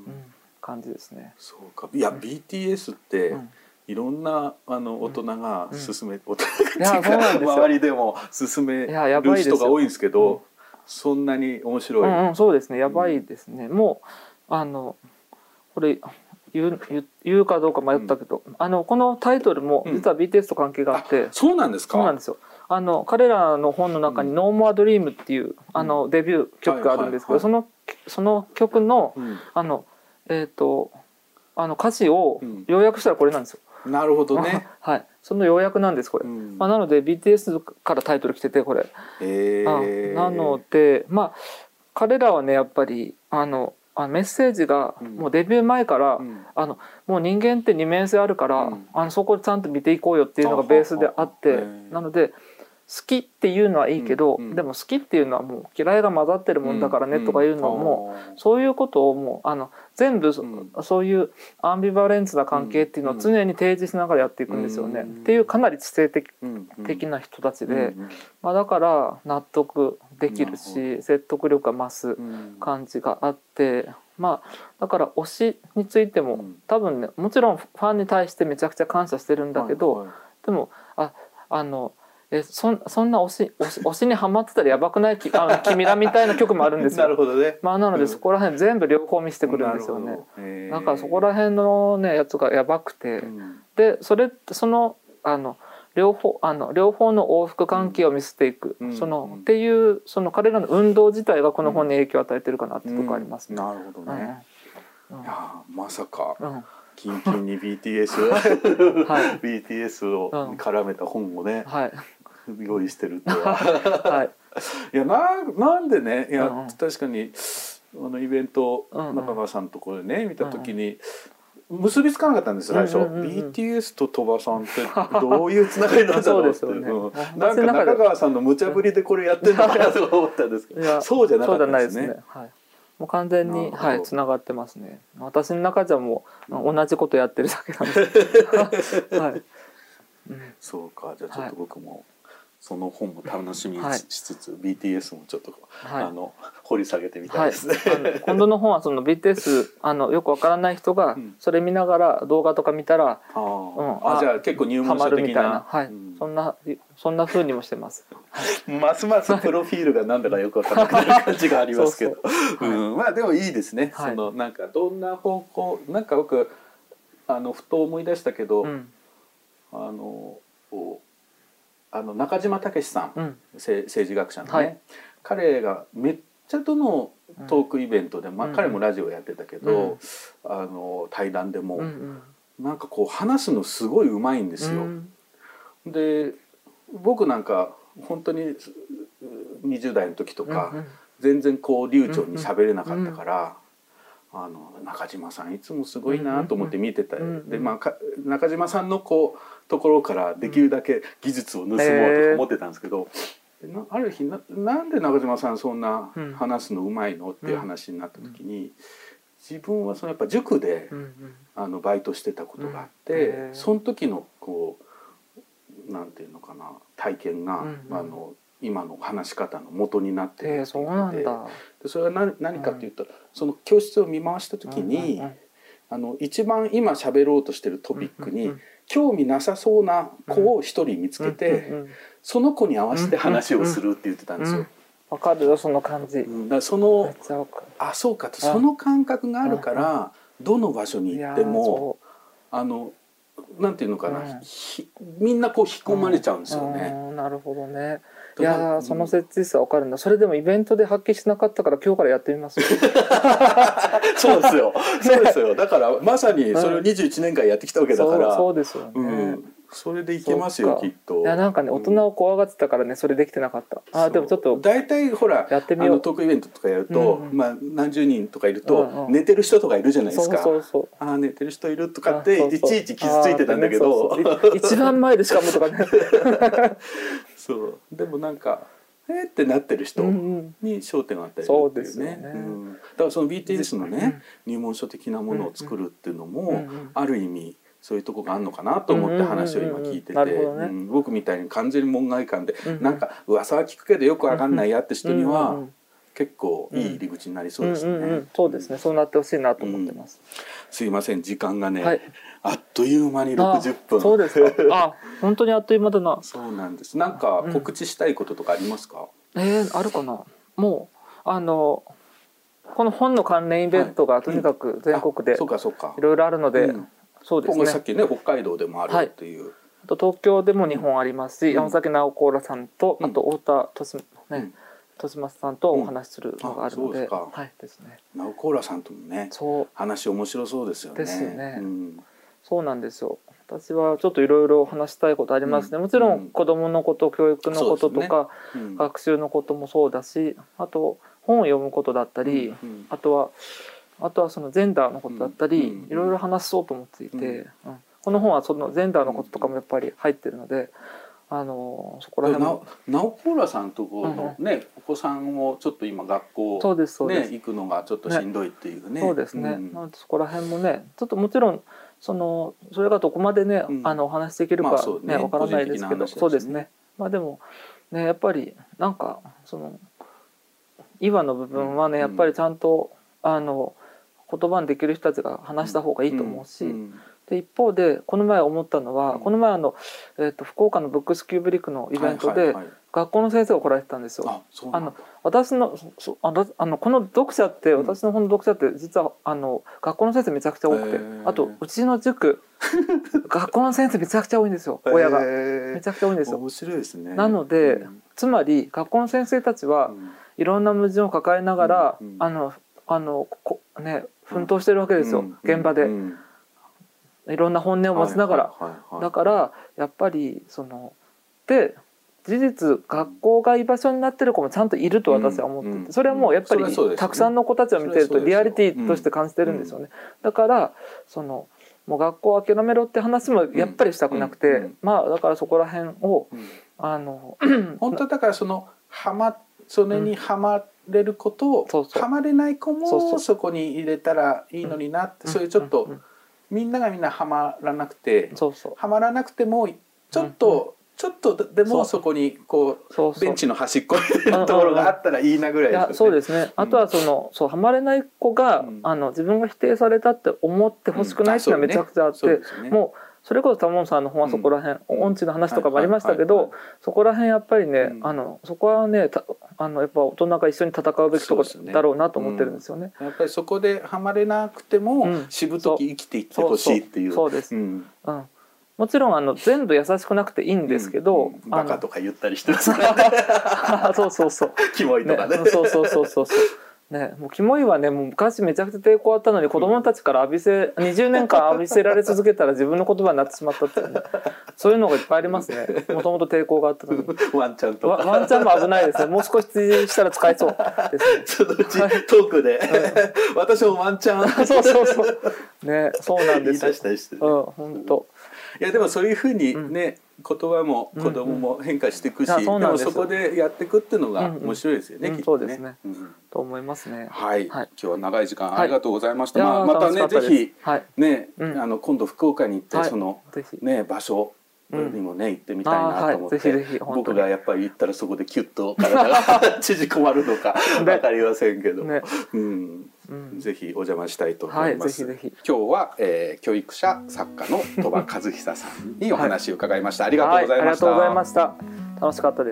感じですね。 そうか。いや ビーティーエス っていろんなあの大人が勧め、うん、大人が周りでも勧める人が多いんですけど、そんなに面白い、 うんうん、そうですね、やばいですね、うん、もうあのこれ言う、言う、言うかどうか迷ったけど、うん、あのこのタイトルも実は ビーティーエス と関係があって、うん、 そうなんですか。 そうなんですよ。あの彼らの本の中に「No More Dream」っていう、うん、あのデビュー曲があるんですけど、そのその曲の、うん、あのえっ、ー、とあの歌詞を要約したらこれなんですよ。 うん、なるほどね。 はい、その要約なんですこれ。うん、まあ、なので ビーティーエス からタイトル来ててこれ。 えー、 なのでまあ彼らはねやっぱりあのあのメッセージがもうデビュー前から、うん、あのもう人間って二面性あるから、うん、あのそこちゃんと見ていこうよっていうのがベースであって、なので好きっていうのはいいけど、うんうん、でも好きっていうのはもう嫌いが混ざってるもんだからねとかいうのも、うんうん、そういうことをもうあの全部、うん、そういうアンビバレンスな関係っていうのを常に提示しながらやっていくんですよね、うん、っていうかなり知性的、うん、的な人たちで、うん、まあ、だから納得できるし、うん、説得力が増す感じがあって、まあだから推しについても多分ね、もちろんファンに対してめちゃくちゃ感謝してるんだけど、はいはい、でもああのえ そ, そんな推し、推し、推しにハマってたらやばくないきあの君らみたいな曲もあるんですよ。 なるほどね。 まあなのでそこら辺全部両方見せてくるんですよね。だからそこら辺のねやつがやばくて、うん、でそれそのあの両方あの両方の往復関係を見せていく、うん、その、うん、っていうその彼らの運動自体がこの本に影響を与えてるかなってとこありますね。 うんうん、なるほどね。うん、いやまさか。うんキンキンに ビーティーエス、はい、ビーティーエス を絡めた本をね、はい、用意してるっては、はい、いや な, なんでねいや、うんうん、確かにあのイベント、うんうん、中川さんのところでね見た時に、うんうん、結びつかなかったんです最初、うんうんうんうん、ビーティーエス と鳥羽さんってどういうつながりなんだろうってそうですよね、うん、なんか中川さんの無茶ぶりでこれやってるのかなと思ったんですけどそうじゃなかったんですね。 もう完全にはいつながってますね。私の中じゃもう同じことやってるだけなんで、はい、 うん、そうか。じゃあちょっと僕もその本も楽しみにしつつ、はい、ビーティーエス もちょっと、はい、あの掘り下げてみたいですね。 はい、今度の本はその ビーティーエス あのよくわからない人がそれ見ながら動画とか見たら、 うん、うん、ああじゃあ結構入門者的な、 はい、うん、そんなそんな風にもしてます。 ますますプロフィールがなんだかよくわからなくなる感じがありますけど、そうそう、うん、まあでもいいですね。はい、そのなんかどんな方向なんか僕あのふと思い出したけど、うん、あのあの中島武さん、うん、政治学者のね、はい、彼がめっちゃどのトークイベントで、うん、まあ、彼もラジオやってたけど、うん、あの対談でも、うん、なんかこう話すのすごい上手いんですよ。うん、で僕なんか本当ににじゅう代の時とか、うん、全然こう流暢に喋れなかったから、うん、あの中島さんいつもすごいなと思って見てた、うん、で、まあ、中島さんのこうところからできるだけ技術を盗もうとか思ってたんですけど、えー、ある日 な, なんで中島さんそんな話すのうまいのっていう話になった時に、自分はそのやっぱ塾であのバイトしてたことがあって、その時のこうなんていうのかな体験が、あの今の話し方の元になってるっていうので、でそれは 何, 何かっていうと、その教室を見回した時に、あの一番今喋ろうとしてるトピックに興味なさそうな子を一人見つけて、その子に合わせて話をするって言ってたんですよ。 わかるよその感じ。だからそのあそうかとその感覚があるからどの場所に行ってもあのなんていうのかな、うん、みんなこう引き込まれちゃうんですよね。 うんうん、なるほどね。いやその切実さわかるんだ。それでもイベントで発揮しなかったから今日からやってみます。 そうですよ。そうですよ。だからまさにそれをにじゅういちねんかんやってきたわけだから。 そう、そうですよね。うん、 それでいけますよきっと。 いやなんかね大人を怖がってたからねそれできてなかった。あーでもちょっと大体ほらやってみよう。 あのトークイベントとかやると、うんうん、まあ何十人とかいると、 うんうん、 寝てる人とかいるじゃないですか。 そうそうそうああ寝てる人いるとかっていちいち傷ついてたんだけど、 そうそう一番前でしかもとかねそうでもなんかえー、ってなってる人に焦点を与えるっていうね。そうですよね、うん、だからその ビーティーエス のね、うん、入門書的なものを作るっていうのも、うんうん、ある意味そういうとこがあるのかなと思って話を今聞いてて、僕みたいに完全に門外漢で、うんうん、なんか噂は聞くけどよくわかんないやって人には、うんうん、結構いい入り口になりそうですね、うんうんうん、 そうですね、そうなってほしいなと思ってます、 うん、すいません時間がね、 はい、 あっという間にろくじゅっぷん。 そうですか。あ本当にあっという間だな。 そうなんです。なんか告知したいこととかありますか？ うん、えー、あるかな。もうあのこの本の関連イベントがとにかく全国でいろいろあるので、うん、そうですね。 さっきね北海道でもあるっていう、はい、 あと東京でもにほんありますし、うん、山崎直子らさんと、うん、あと太田俊ね、うん俊正さんとお話しするのがあるので、うん、はいですね。 直子らさんともね、話面白そうですよね。 ですよね。うん、そうなんですよ。私はちょっといろいろ話したいことありますね、うん、もちろん子どものこと、教育のこととか、ねうん、学習のこともそうだし、あと本を読むことだったり、うん、あとはあとはそのジェンダーのことだったり、うん、いろいろ話そうと思っていて、うんうん、この本はそのジェンダーのこととかもやっぱり入ってるので、あのそこら辺も直子らさんとこのね、うん、お子さんをちょっと今学校そうですそうです、 ね、行くのがちょっとしんどいっていうね、 そうですね、うん、なのでそこら辺もねちょっともちろんそのそれがどこまでね、うん、あのお話しできるか、ね、まあそうね、わからないですけど、そうですね、まあでもねやっぱりなんかその今の部分はね、うん、やっぱりちゃんとあの言葉にできる人たちが話した方がいいと思うし、うんうんで一方でこの前思ったのは、うん、この前あの、えー、と福岡のブックスキューブリックのイベントで、はいはいはい、学校の先生が来られてたんですよ。ああの私のあのあのこの読者って、うん、私の本の読者って実はあの学校の先生めちゃくちゃ多くて、あとうちの塾学校の先生めちゃくちゃ多いんですよ。親がめちゃくちゃ多いんですよ。 面白いですね。 なので、うん、つまり学校の先生たちは、うん、いろんな矛盾を抱えながら、うん、あのあのこね奮闘してるわけですよ、うん、現場で。うんいろんな本音を持ちながら、はいはいはいはい、だからやっぱりそので事実学校が居場所になってる子もちゃんといると私は思ってて、うんうん、それはもうやっぱり、ね、たくさんの子たちを見てるとリアリティとして感じてるんですよね、うん、だからそのもう学校を諦めろって話もやっぱりしたくなくて、うんうん、まあだからそこら辺を、うん、あの本当だからそのはまそれにはまれることを、うん、そうそうはまれない子もそうそうそこに入れたらいいのになって、うん、そういうちょっと、うんうんみんながみんなはまらなくてそうそうはまらなくてもちょっと、うんうん、ちょっとでもそこにこうそうそうベンチの端っこにのところがあったらいいなぐらいですよね。いやそうですね。 あとはそのそうはまれない子が、うん、あの自分が否定されたって思ってほしくないっていうのはめちゃくちゃあって、うんねね、もうそれこそタモンさんの本はそこら辺、うん、音痴の話とかもありましたけど、はいはいはいはい、そこら辺やっぱりね、うん、あのそこはねあのやっぱ大人が一緒に戦うべきところだろうなと思ってるんですよね。 うん、やっぱりそこではまれなくても、うん、しぶとき生きていってほしいっていう。 そうです。うん、うんもちろんあの全部優しくなくていいんですけど、うんうん、 バカとか言ったりしてますね。 そうそうそう。 キモいとかね。 ねそうそうそうそうそう。ね、もうキモいはねもう昔めちゃくちゃ抵抗あったのに子供たちから浴びせにじゅうねんかん浴びせられ続けたら自分の言葉になってしまったっていう、ね、そういうのがいっぱいありますね。もともと抵抗があったのにワンちゃんとワワンちゃんも危ないですね。もう少ししたら使えそうですね。 そのうちトークで、うん、私もワンちゃんそうそうそうねそうなんですよ。 言い出したりして、ね、 うん本当いやでもそういうふうにね、うん、言葉も子供も変化していくし、うんうん、でもそこでやっていくっていうのが面白いですよね、うんうん、きっとね。そうですね、うん、と思いますね。 はい、はい、今日は長い時間ありがとうございました。はいまあ、またねぜひ、はい、ね、うん、あの今度福岡に行って、はい、そのね場所にもね行ってみたいなと思って、うんはい、ぜひぜひ僕がやっぱり行ったらそこでキュッと体が縮こまるのか分かりませんけど、ねうんうん、ぜひお邪魔したいと思います。はい、ぜひぜひ今日は、えー、教育者作家の鳥羽一久さんにお話を伺いました。はい、ありがとうございました。 はい、ありがとうございました。楽しかったです。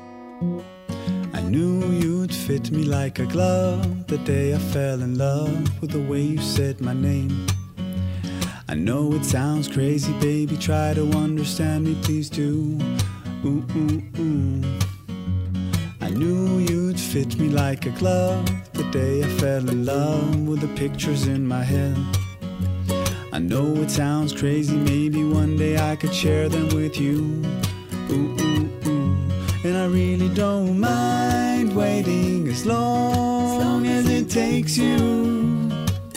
I knew you'd fit me like a glove the day I fell in love with the way you said my name. I know it sounds crazy, baby, try to understand me, please do. Ooh, ooh, ooh. I knew you'd fit me like a glove the day I fell in love with the pictures in my head. I know it sounds crazy, maybe one day I could share them with you. Ooh, ooh, ooh. And I really don't mind waiting as long as it takes you.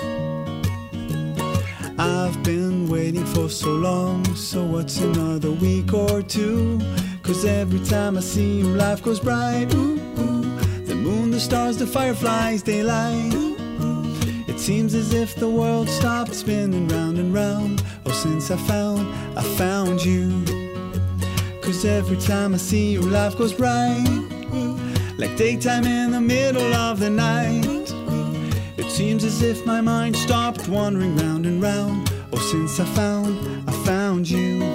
I've been waiting for so long, so what's another week or two? Cause every time I see you, life goes bright. Ooh, ooh. The moon, the stars, the fireflies, they light. It seems as if the world stopped spinning round and round. Oh, since I found, I found you. Cause every time I see you, life goes bright. Like daytime in the middle of the night. It seems as if my mind stopped wandering round and round. Oh, since I found, I found you.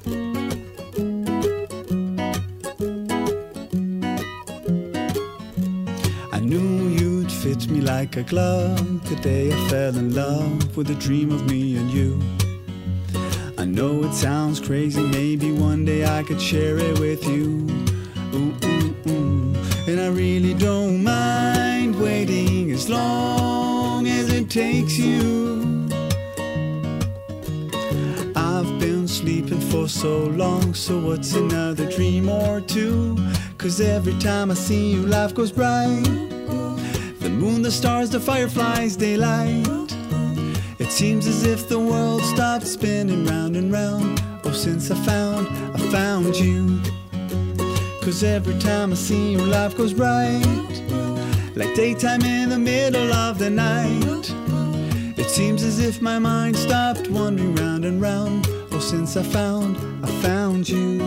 I knew you'd fit me like a glove the day I fell in love with a dream of me and you. I know it sounds crazy, maybe one day I could share it with you. Ooh, ooh, ooh. And I really don't mind waiting as long as it takes you. I've been sleeping for so long, so what's another dream or two? Cause every time I see you, life goes bright. The moon, the stars, the fireflies, they light. It seems as if the world stopped spinning round and round. Oh, since I found, I found you. Cause every time I see you, life goes bright. Like daytime in the middle of the night. It seems as if my mind stopped wandering round and round. Oh, since I found, I found you.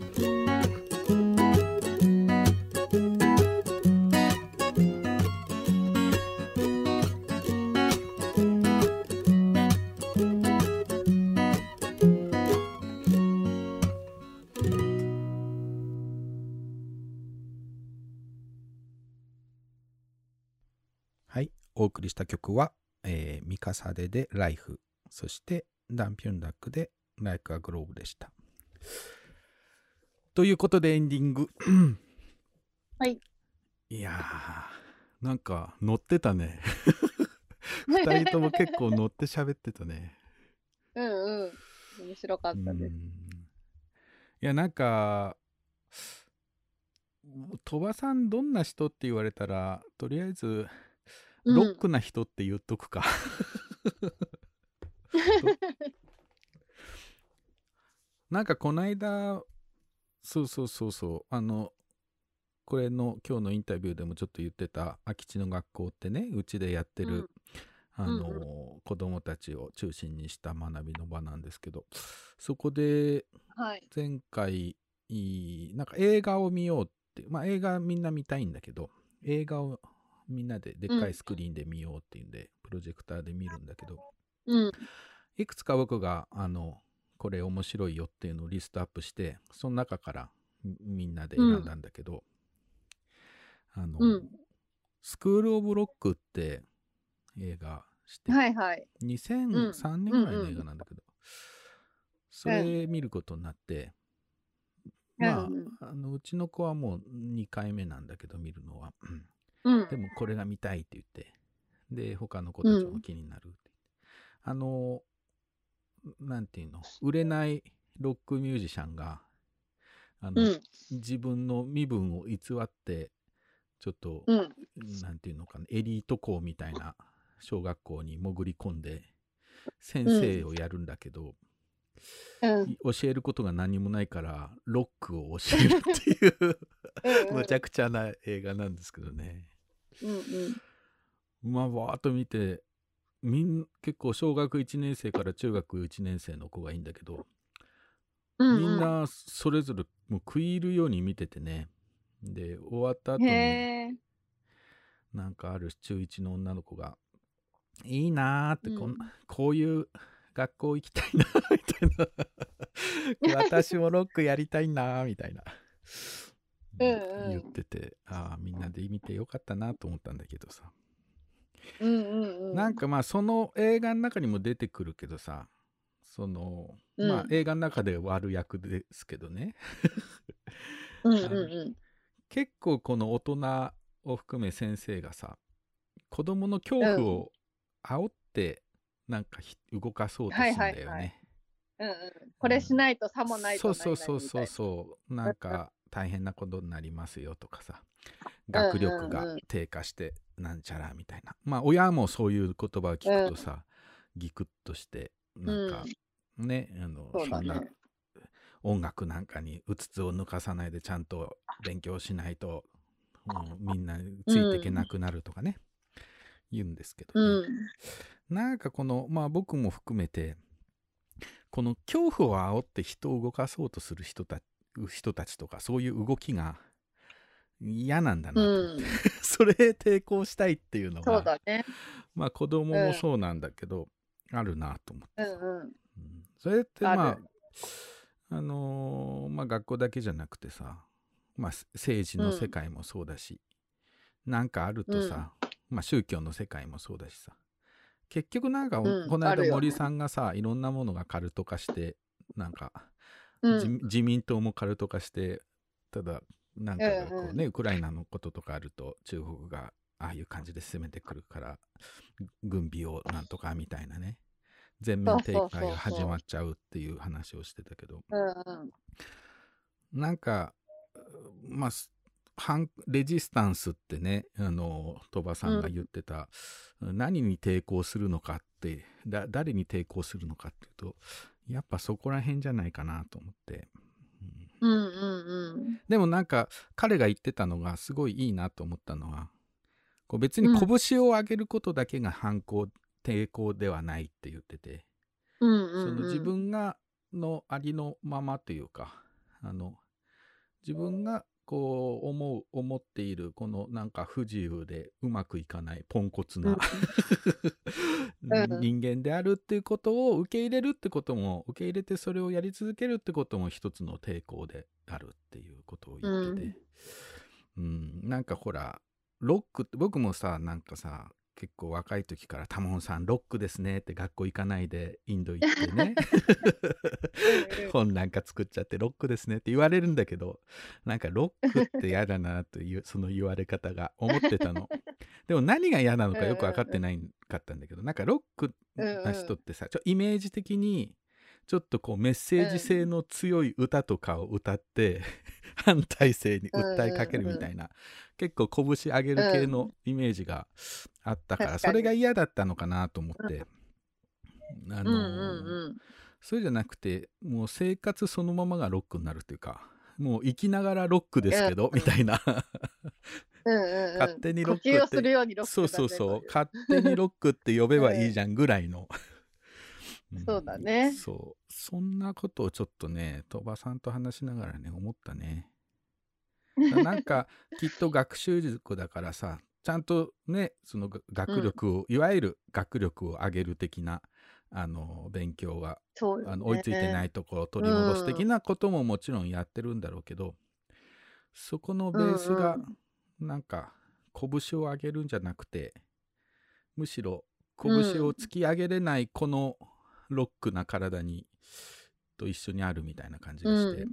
お送りした曲は、えー、ミカサデでライフ、そしてダンピュンダックでライクアグローブでした。ということでエンディング。 はい。 いやー、なんか乗ってたね。二人とも結構乗って喋ってたね。 うんうん。面白かったです。いや、なんか、鳥羽さんどんな人って言われたら、とりあえず、ロックな人って言っとくか。なんかこの間、そうそうそうそう、あの、これの今日のインタビューでもちょっと言ってた空き地の学校ってね、うちでやってる、うん、あの、うんうん、子供たちを中心にした学びの場なんですけど、そこで前回、はい、なんか映画を見ようって、まあ映画みんな見たいんだけど、映画をみんなででっかいスクリーンで見ようっていうんで、うん、プロジェクターで見るんだけど、 うん、 いくつか僕があのこれ面白いよっていうのをリストアップして、その中からみんなで選んだんだけど、うん、あの、うん、スクールオブロックって映画して、 はいはい、 にせんさんねんぐらいの映画なんだけど、うんうん、それ見ることになって、うん、まあ、あのうちの子はもうにかいめなんだけど見るのは、 うん、 でもこれが見たいって言って、で他の子たちも気になるって、うん、あのなんていうの、売れないロックミュージシャンがあの、うん、自分の身分を偽ってちょっと、うん、なんていうのかな、エリート校みたいな小学校に潜り込んで先生をやるんだけど、うん、教えることが何もないからロックを教えるっていうむちゃくちゃな映画なんですけどね。 うんうん、 まあわーっと見て、みん結構小学いちねん生から中学いちねん生の子がいいんだけど、うんうん、みんなそれぞれもう食い入るように見ててね。で終わった後になんかある中いちの女の子がいいなーって、こん、うん、こういう学校行きたいなみたいな私もロックやりたいなみたいなうん、言ってて、ああみんなで見てよかったなと思ったんだけどさ、 うんうんうん、 なんかまあその映画の中にも出てくるけどさ、その、うん、まあ映画の中で悪役ですけどねうんうん、うん、 結構この大人を含め先生がさ、子供の恐怖を煽ってなんか動かそうとするんだよね。はいはいはい、 うんうん、これしないとさもないと何々みたいな、そうそうそうそうなんか大変なことになりますよとかさ、学力が低下してなんちゃらみたいな、まあ親もそういう言葉を聞くとさ、うん、ギクッとしてなんか、うん、ねあの そ, そんな音楽なんかにうつつを抜かさないでちゃんと勉強しないと、うん、みんなついていけなくなるとかね、うん、言うんですけどね、うん、なんかこのまあ僕も含めてこの恐怖を煽って人を動かそうとする人た人たちとかそういう動きが嫌なんだなと、うん、それ抵抗したいっていうのがそうだね、 まあ子供もそうなんだけど、うん、あるなと思って、うんうんうん、それってまああのー、まあ学校だけじゃなくてさ、まあ政治の世界もそうだし、うん、なんかあるとさ、うん、まあ宗教の世界もそうだしさ、結局なんか、うん、この間森さんがさ、いろんなものがカルト化してなんか、うん、自民党もカルト化して、ただなんかこうね、うんうん、ウクライナのこととかあると中国がああいう感じで攻めてくるから軍備をなんとかみたいなね、全面展開が始まっちゃうっていう話をしてたけど、 うんうん、 なんかまあ反レジスタンスってね、あの鳥羽さんが言ってた、うん、何に抵抗するのかってだ誰に抵抗するのかっていうとやっぱそこら辺じゃないかなと思って、 うんうんうん、 でもなんか彼が言ってたのがすごいいいなと思ったのは、こう別に拳を上げることだけが反抗抵抗ではないって言ってて、 うんうんうん、 その自分がのありのままというか、あの自分がこう思う思っているこのなんか不自由でうまくいかないポンコツな、うん、人間であるっていうことを受け入れるってことも、受け入れてそれをやり続けるってことも一つの抵抗であるっていうことを言ってて、うん、うん、なんかほらロックって僕もさなんかさ結構若い時からタモンさんロックですねって学校行かないでインド行ってね本なんか作っちゃってロックですねって言われるんだけど、なんかロックって嫌だなというその言われ方が思ってたのでも何が嫌なのかよく分かってないかったんだけど、なんかロックな人ってさちょイメージ的にちょっとこうメッセージ性の強い歌とかを歌って反体制に訴えかけるみたいな、結構拳上げる系のイメージがあったから、それが嫌だったのかなと思って、あのー、それじゃなくてもう生活そのままがロックになるというか、もう生きながらロックですけどみたいな勝手にロックって、そうそうそう、勝手にロックって呼べばいいじゃんぐらいのうん、そうだね、 そうそんなことをちょっとね鳥羽さんと話しながらね思ったね。なんかきっと学習塾だからさ、ちゃんとねその学力を、うん、いわゆる学力を上げる的なあの勉強が、ね、あの追いついてないところを取り戻す的なことももちろんやってるんだろうけど、うん、そこのベースがなんか拳を上げるんじゃなくて、むしろ拳を突き上げれないこのロックな体にと一緒にあるみたいな感じがして、うんうん、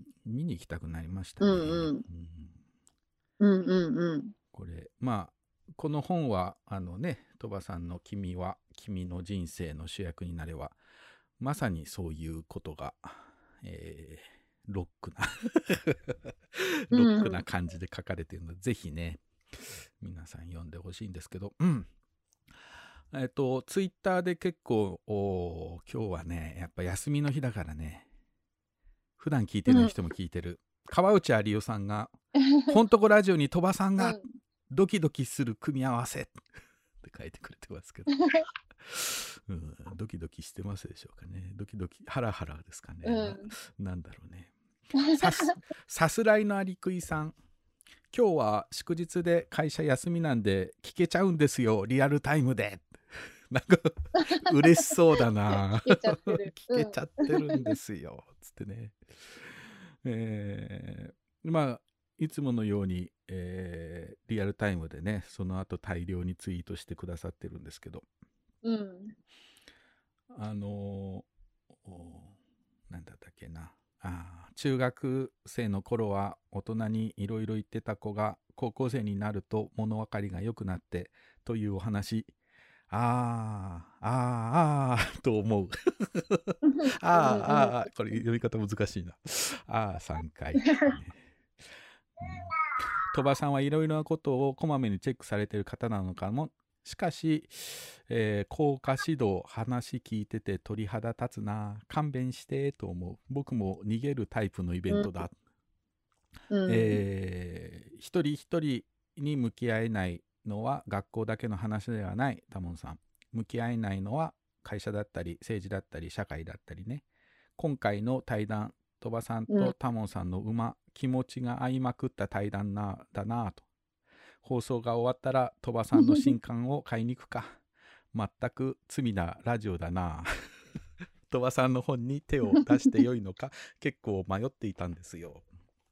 見に行きたくなりましたね。うんうんうんうんうん、 これまあこの本はあのね鳥羽さんの君は君の人生の主役になればまさにそういうことが、えー、ロックなロックな感じで書かれているので、うん、ぜひね皆さん読んでほしいんですけど、うんえっと、ツイッターで結構今日はねやっぱ休みの日だからね、普段聞いてる人も聞いてる、うん、川内有代さんがほんとこラジオに鳥羽さんがドキドキする組み合わせって書いてくれてますけど、うん、ドキドキしてますでしょうかね。ドキドキハラハラですかね、うん、な, なんだろうね。さすさすらいのアリクイさん、今日は祝日で会社休みなんで聞けちゃうんですよリアルタイムでなんか嬉しそうだな聞けちゃってる聞けちゃってるんですよ、うん、つってね、えー、まあいつものように、えー、リアルタイムでねその後大量にツイートしてくださってるんですけど、 うん、 あのー、なんだったっけなあ、中学生の頃は大人にいろいろ言ってた子が高校生になると物分かりが良くなってというお話、 あーあーあーと思うあーあーあーこれ読み方難しいなあーさんかい、ね、鳥羽さんはいろいろなことをこまめにチェックされている方なのかも。しかし、えー、効果指導話聞いてて鳥肌立つな、勘弁してと思う。僕も逃げるタイプのイベントだ、うんえー、一人一人に向き合えないのは学校だけの話ではない。タモンさん、向き合えないのは会社だったり政治だったり社会だったりね。今回の対談、鳥羽さんとタモンさんの馬、うん、気持ちが合いまくった対談なだなと。放送が終わったら鳥羽さんの新刊を買いに行くか全く罪なラジオだな鳥羽さんの本に手を出してよいのか結構迷っていたんですよ。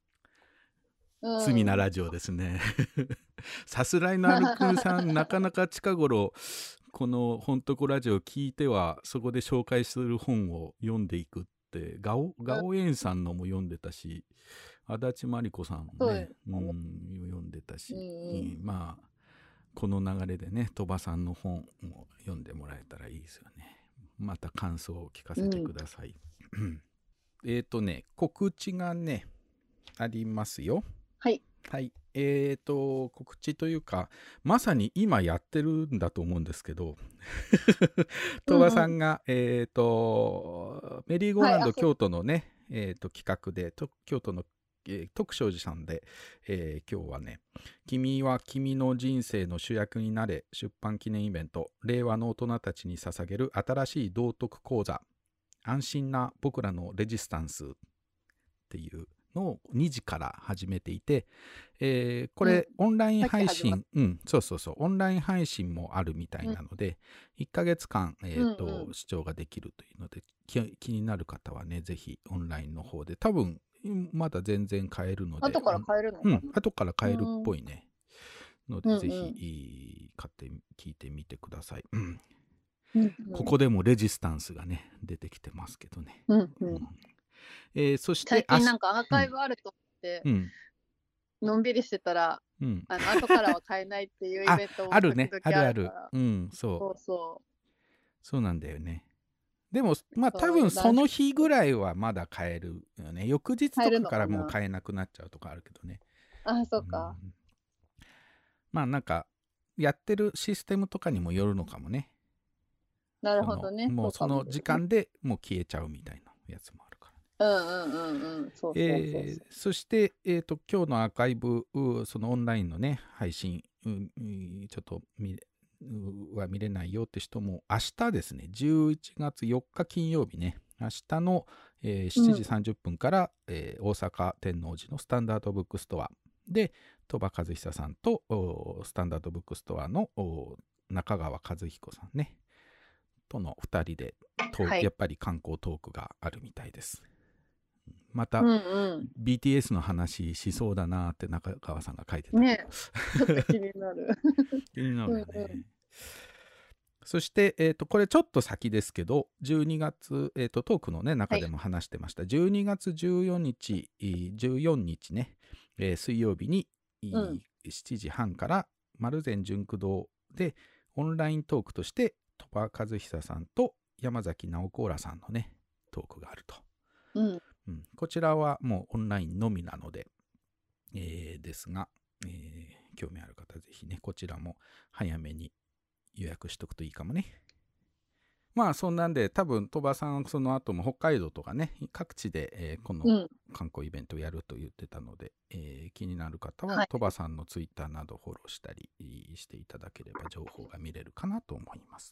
罪なラジオですねさすらいのアルクーさんなかなか近頃このほんとこラジオを聞いてはそこで紹介する本を読んでいくってガオガオエンさんのも読んでたし足立真理子さんもね、うん、読んでたし、うん、まあこの流れでね鳥羽さんの本を読んでもらえたらいいですよね。また感想を聞かせてください、うん、えっとね告知がねありますよ。 はいはいえーと告知というかまさに今やってるんだと思うんですけど鳥羽さんが、うんうん、えーとメリーゴーランド、はい、京都のね、えーと企画でと京都の徳正寺さんで、えー、今日はね君は君の人生の主役になれ出版記念イベント令和の大人たちに捧げる新しい道徳講座安心な僕らのレジスタンスっていうのをにじから始めていて、えー、これ、うん、オンライン配信うんそうそうそうオンライン配信もあるみたいなので、うん、いっかげつかん、えーとうんうん、視聴ができるというので気、気になる方はねぜひオンラインの方で多分まだ全然買えるので後から買えるのかな、 うん、後から買えるっぽいね、うん、ので、うんうん、ぜひ買って聞いてみてください、うんうんうん、ここでもレジスタンスがね出てきてますけどね、うんうんうんえー、そして最近なんかアーカイブあると思って、うん、のんびりしてたら、うん、あの後からは買えないっていうイベントもあるねあるあるうんそうそうそうそうなんだよね。でもまあ多分その日ぐらいはまだ買えるよね。翌日とかからもう買えなくなっちゃうとかあるけどね。 ああそうか、 うん、まあなんかやってるシステムとかにもよるのかもね。 なるほどね。 もうその時間でもう消えちゃうみたいなやつもあるから、 ね、うんうんうんうんそうそうそうそう、 えー、そして、えーと、今日のアーカイブそのオンラインのね配信、うん、ちょっと見れは見れないよって人も明日ですねじゅういちがつよっか金曜日ね明日の、えー、しちじさんじゅっぷんから、うんえー、大阪天王寺のスタンダードブックストアで鳥羽和久さんとスタンダードブックストアの中川和彦さんねとのふたりで、はい、やっぱり観光トークがあるみたいです。また、うんうん、ビーティーエス の話しそうだなって中川さんが書いてたねちょっと気になる気になるよね、うんうん、そして、えーと、これちょっと先ですけどじゅうにがつ、えーと、トークの、ね、中でも話してました、はい、じゅうにがつじゅうよっかじゅうよっかね、えー、水曜日に、うん、しちじはんから丸善純駆堂でオンライントークとして鳥羽和久さんと山崎直子らさんのねトークがあると、 うんうん、こちらはもうオンラインのみなので、えー、ですが、えー、興味ある方ぜひねこちらも早めに予約しとくといいかもね。まあそんなんで多分鳥羽さんその後も北海道とかね各地で、えー、この観光イベントをやると言ってたので、うんえー、気になる方は鳥羽さんのツイッターなどフォローしたりしていただければ情報が見れるかなと思います。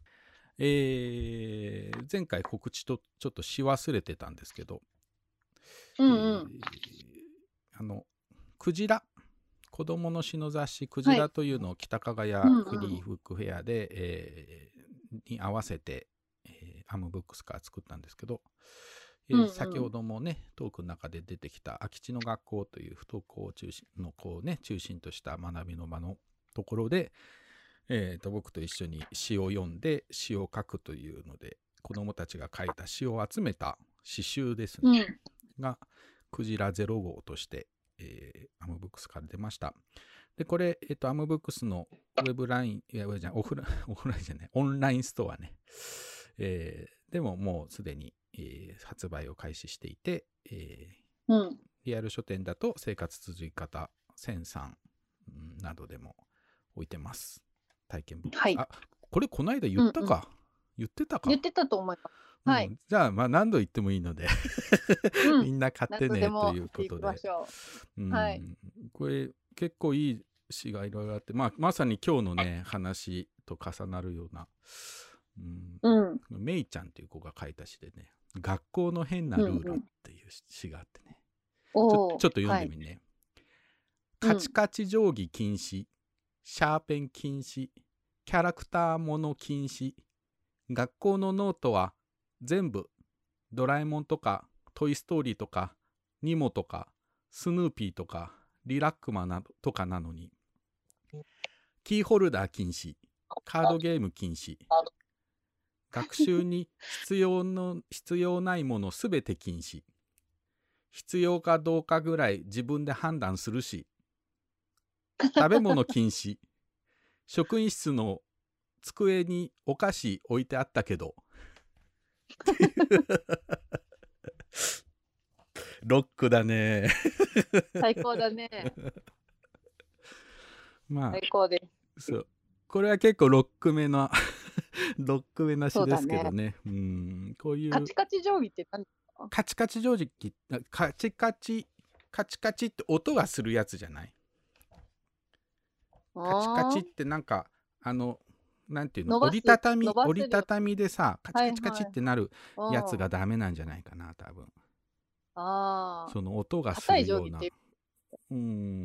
えー、前回告知とちょっとし忘れてたんですけど、 うんうんえー、あのクジラ子どもの詩の雑誌クジラというのを北加賀屋フリーブックフェアで、うんうんえー、に合わせて、えー、アムブックスから作ったんですけど、えーうんうん、先ほどもねトークの中で出てきた空き地の学校という不登校を中心の子をね中心とした学びの場のところで、えー、と僕と一緒に詩を読んで詩を書くというので子どもたちが書いた詩を集めた詩集ですね、うん、がクジラゼロ号として、えー、アムブックスから出ました。 でこれ、えっと、アムブックスのウェブライン、いや、じゃオフライン、オフラインじゃない、オンラインストアね。えー、でももうすでに、えー、発売を開始していて、えーうん、リアル書店だと生活続き方せんさんなどでも置いてます。体験ブックス。はい、あ、これこの間言ったか、うんうん、言ってたか。 言ってたと思います。はい、うん、 じゃあ、まあ、何度言ってもいいので、うん、みんな買ってねということで、うん、はい、これ結構いい詩がいろいろあって、まあ、まさに今日のね話と重なるような、うんうん、メイちゃんっていう子が書いた詩でね、学校の変なルールっていう詩があってね、うんうん、ちょ、ちょっと読んでみね、はい、カチカチ定規禁止、シャーペン禁止、キャラクターもの禁止、学校のノートは全部ドラえもんとかトイストーリーとかニモとかスヌーピーとかリラックマなどとかなのに、キーホルダー禁止、カードゲーム禁止、学習に必要の必要ないものすべて禁止、必要かどうかぐらい自分で判断するし、食べ物禁止、職員室の机にお菓子置いてあったけどロックだね最高だねまあ最高です。 そう、これは結構ロックめなロックめな詩ですけど ね, ねうん、こういうカチカチ定規って何ですか？ カチカチ定規、カチカチカチカチって音がするやつじゃない？カチカチってなんかあのなんていうの、折りたたみ折りたたみでさ、カチカチカチってなるやつがダメなんじゃないかな、多分。ああ。その音がするような。うん。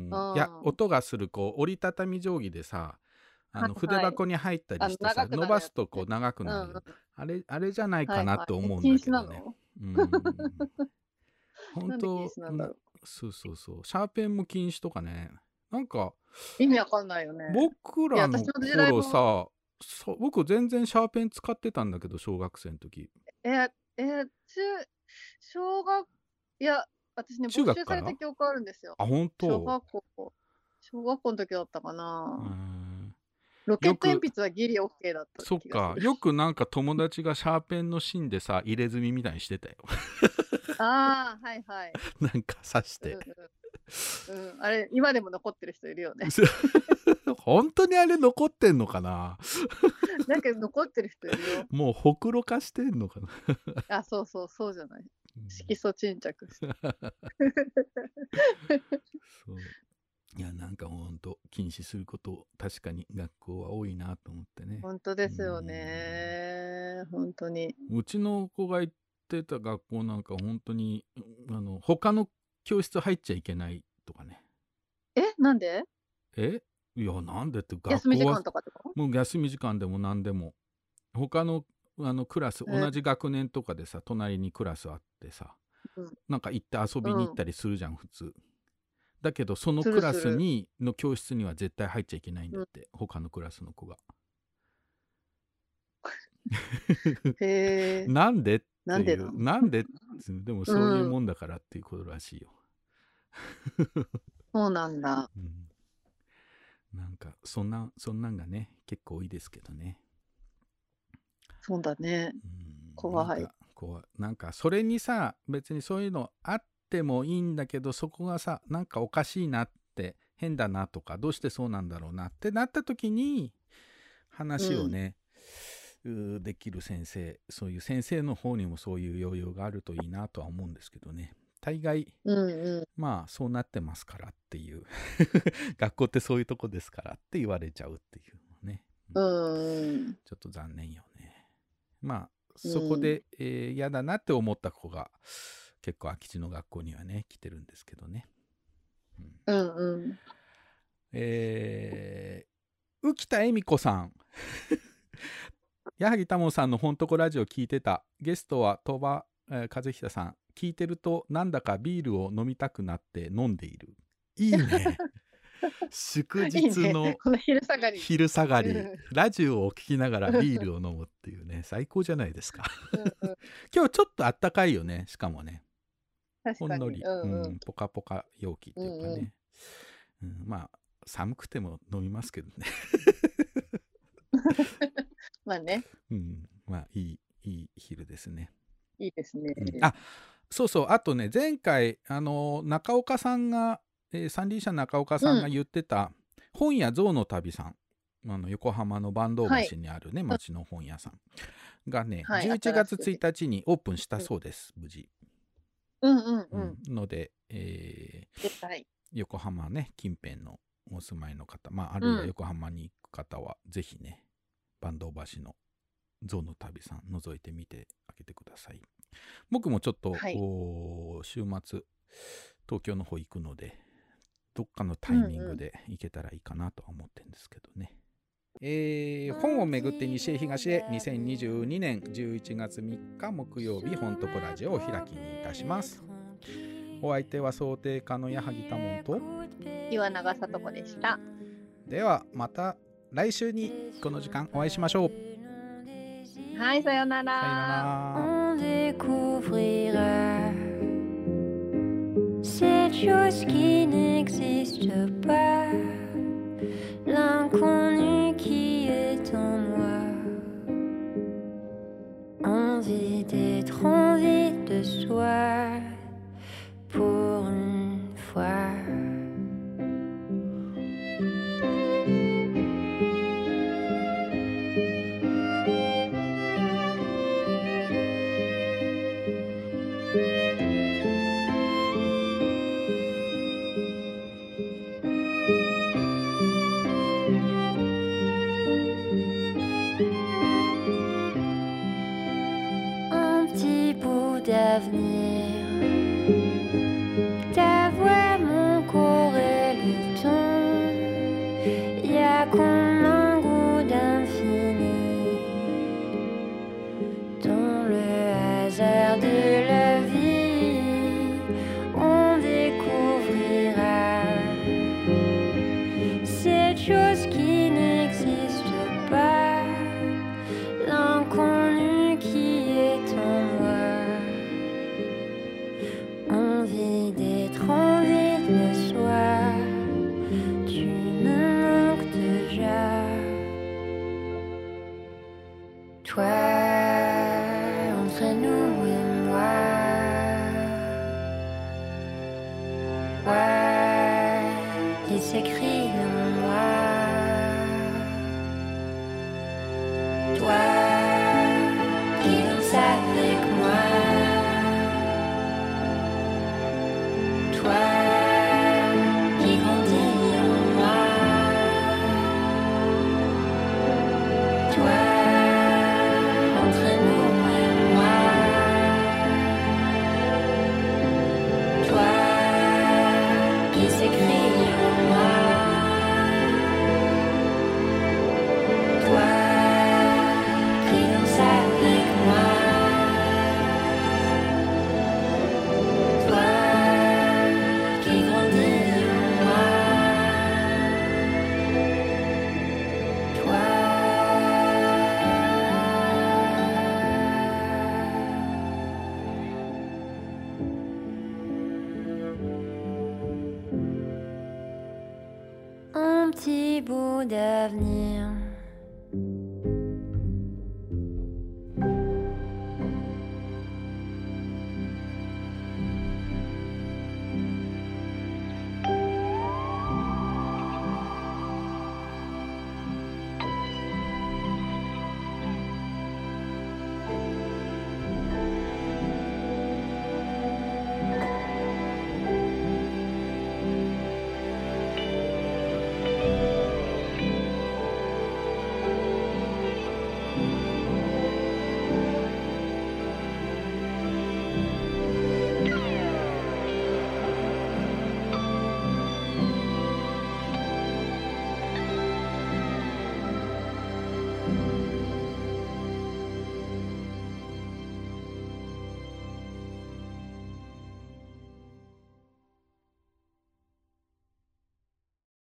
いや、音がするこう折りたたみ定規でさ、あの筆箱に入ったりしてさ、伸ばすとこう長くなる、うん、あれあれじゃないかなと思うんだけどね。うん。本当、そうそうそう。シャーペンも禁止とかね。なんか意味わかんないよね。 僕らの頃さ。そう、僕全然シャーペン使ってたんだけど、小学生の時。 ええ中小学いや私ね没収された記憶あるんですよ。 あ、本当？ 小学校小学校の時だったかな。ロケット鉛筆はギリ OK だった気がする。 そっか、よくなんか友達がシャーペンの芯でさ入れ墨みたいにしてたよ。 ああはいはい。 なんか刺して。うんうんうん、あれ今でも残ってる人いるよね。 本当にあれ残ってんのかな。 なんか残ってる人いるよ。 もうほくろ化してんのかな。 あ、そうそうそうじゃない。色素沈着して。 そういやなんか本当禁止すること確かに学校は多いなと思ってね。 本当ですよね。本当に。 うちの子が行ってた学校なんか本当にあの他の教室入っちゃいけないとかね。 え、なんで？ え、いやなんでって学校は休み時間とかってこと？ もう休み時間でも何でも他のあのクラス同じ学年とかでさ隣にクラスあってさ、うん、なんか行って遊びに行ったりするじゃん、うん、普通。だけどそのクラスにの教室には絶対入っちゃいけないんだって、うん、他のクラスの子が。 へーなんでっていうなんでなんででもそういうもんだからっていうことらしいよ。 そうなんだ。 うん、なんかそんなそんなんがね結構多いですけどね。 そうだね。うん、怖い。 なんか怖い。なんかそれにさ別にそういうのあってもいいんだけどそこがさなんかおかしいなって変だなとかどうしてそうなんだろうなってなった時に話をね、うん、できる先生そういう先生の方にもそういう余裕があるといいなとは思うんですけどね。大概、 うんうん、 まあそうなってますからっていう学校ってそういうとこですからって言われちゃうっていうね、 うん、 ちょっと残念よね。まあそこで、うんえー、嫌だなって思った子が結構空き地の学校にはね来てるんですけどね。 うんうんうんえー、浮田恵美子さん矢作多聞さんのほんとこラジオ聞いてた。ゲストは鳥羽、えー、和久さん。聞いてるとなんだかビールを飲みたくなって飲んでいる。いいね。祝日のいいね、この昼下がり昼下がりラジオを聞きながらビールを飲むっていうね最高じゃないですか。うん、うん、今日ちょっとあったかいよね。しかもね確かにほんのり、うんうんうん、ポカポカ陽気っていうかね、うんうんうん、まあ寒くても飲みますけどねまあね、 うん、まあいいいい昼ですね。 いいですね、 うん、あそうそう、あとね、前回あの中岡さんが、えー、三輪車中岡さんが言ってた、うん、本屋象の旅さん、あの横浜の坂東橋にあるね、はい、町の本屋さんがね、はい、じゅういちがつついたちにオープンしたそうです、無事。 うんうんうん。 うん、ので、えーはい、横浜ね近辺のお住まいの方、まあ、あるいは横浜に行く方は、うん、ぜひね坂東橋の象の旅さん覗いてみてあげてください。僕もちょっと、はい、週末東京の方行くのでどっかのタイミングで行けたらいいかなとは思ってるんですけどね。うんうん、えー、本をめぐって西へ東へにせんにじゅうにねんじゅういちがつみっか木曜日本とこラジオを開きにいたします。お相手は想定家の矢作多門と岩永里子でした。 ではまた来週にこの時間お会いしましょう。 はい、さよなら。 さよなら。 On découvrira cette chose qui n'existe pas, l'inconnu qui est en moi, envie d'être envie de soi pour une fois. D'avenir, d'avoir mon corps et le temps, y a comme un goût d'infini dans le hasard de la vie. On découvrira cette chose qui n'existe pas, l'inconnu qui est en moi. Envie d'être envie de soi, tu me manques déjà. Toi, entre nous et moi, ouais, il s'écrit en moi. Toi, qui danse avec moi. Toi qui grandis en moi, toi entre nous et moi, toi qui s'écris en moi, toi qui danse avec moi. Un petit bout d'avenir.